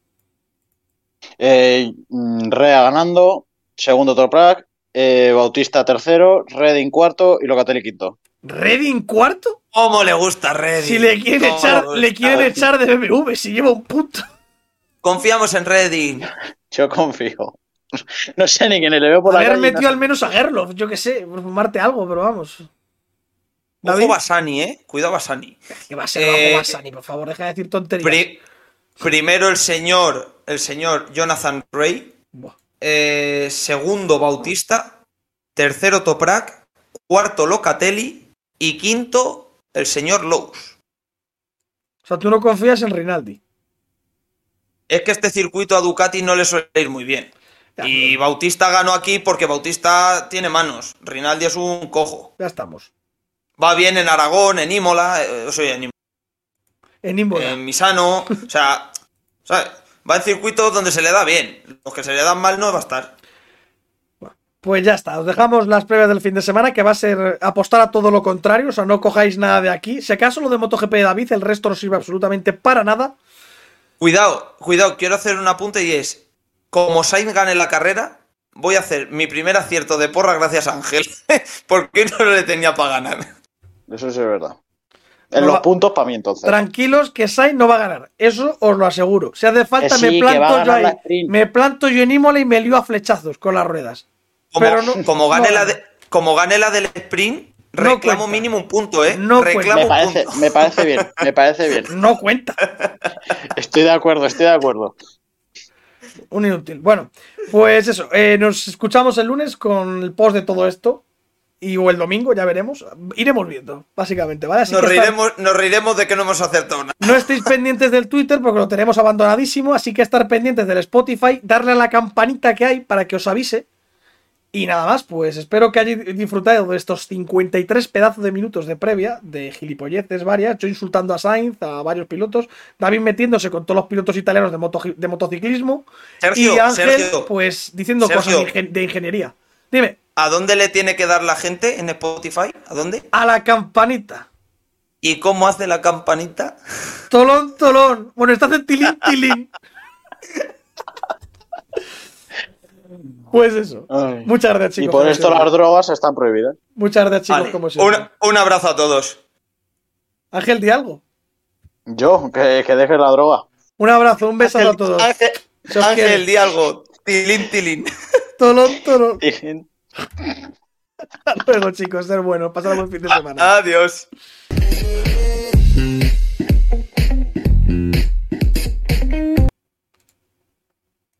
Rea ganando. Segundo Toprak. Bautista tercero. Redding cuarto. Y Locatelli quinto. ¿Redding cuarto? ¿Cómo le gusta Redding? Si le quieren echar de BMW, si lleva un punto. Confiamos en Redding. Yo confío. No sé ni quién le veo por la calle. Haber metido al menos a Gerloff, yo qué sé, por fumarte algo, pero vamos. Ojo Bassani, Cuidado Bassani. ¿Qué va a ser algo Bassani? Por favor, deja de decir tonterías. Primero el señor Jonathan Ray. Segundo Bautista. Tercero Toprak. Cuarto Locatelli. Y quinto el señor Lowes. O sea, tú no confías en Rinaldi. Es que este circuito a Ducati no le suele ir muy bien. Y Bautista ganó aquí porque Bautista tiene manos. Rinaldi es un cojo. Ya estamos. Va bien en Aragón, en Imola. En Imola. En Misano. O sea, ¿sabes? Va en circuitos donde se le da bien. Los que se le dan mal no va a estar. Pues ya está. Os dejamos las previas del fin de semana, que va a ser apostar a todo lo contrario. O sea, no cojáis nada de aquí. Si acaso lo de MotoGP de David, el resto no sirve absolutamente para nada. Cuidado. Quiero hacer un apunte y es... Como Sainz gane la carrera, voy a hacer mi primer acierto de porra gracias a Ángel. Porque no le tenía para ganar. Eso sí es verdad. En los puntos para mí, entonces. Tranquilos, que Sainz no va a ganar. Eso os lo aseguro. Si hace falta, sí, me planto yo en Imola y me lío a flechazos con las ruedas. Como gane la del sprint, reclamo mínimo un punto, ¿eh? No reclamo me parece bien. No cuenta. Estoy de acuerdo. Un inútil. Bueno, pues eso. Nos escuchamos el lunes con el post de todo esto. O el domingo, ya veremos. Iremos viendo, básicamente, ¿vale? Así nos reiremos de que no hemos acertado nada. No estéis pendientes del Twitter porque lo tenemos abandonadísimo. Así que estar pendientes del Spotify, darle a la campanita que hay para que os avise. Y nada más, pues espero que hayáis disfrutado de estos 53 pedazos de minutos de previa, de gilipolleces varias, yo insultando a Sainz, a varios pilotos, David metiéndose con todos los pilotos italianos de motociclismo, Sergio, y Ángel, Sergio, pues diciendo cosas de ingeniería. Dime. ¿A dónde le tiene que dar la gente en Spotify? ¿A dónde? A la campanita. ¿Y cómo hace la campanita? Tolón, tolón. Bueno, está haciendo tilín, tilín. Pues eso. Ay. Muchas gracias, chicos. Y por esto las drogas están prohibidas. Muchas gracias, chicos, vale. como siempre. Un abrazo a todos. Ángel, di algo. Yo, que dejes la droga. Un abrazo, un beso a todos. Ángel, di algo. Tilín, tilín. Tolón, tolón. Hasta luego, chicos. Ser bueno. Pasad un buen fin de semana. Adiós.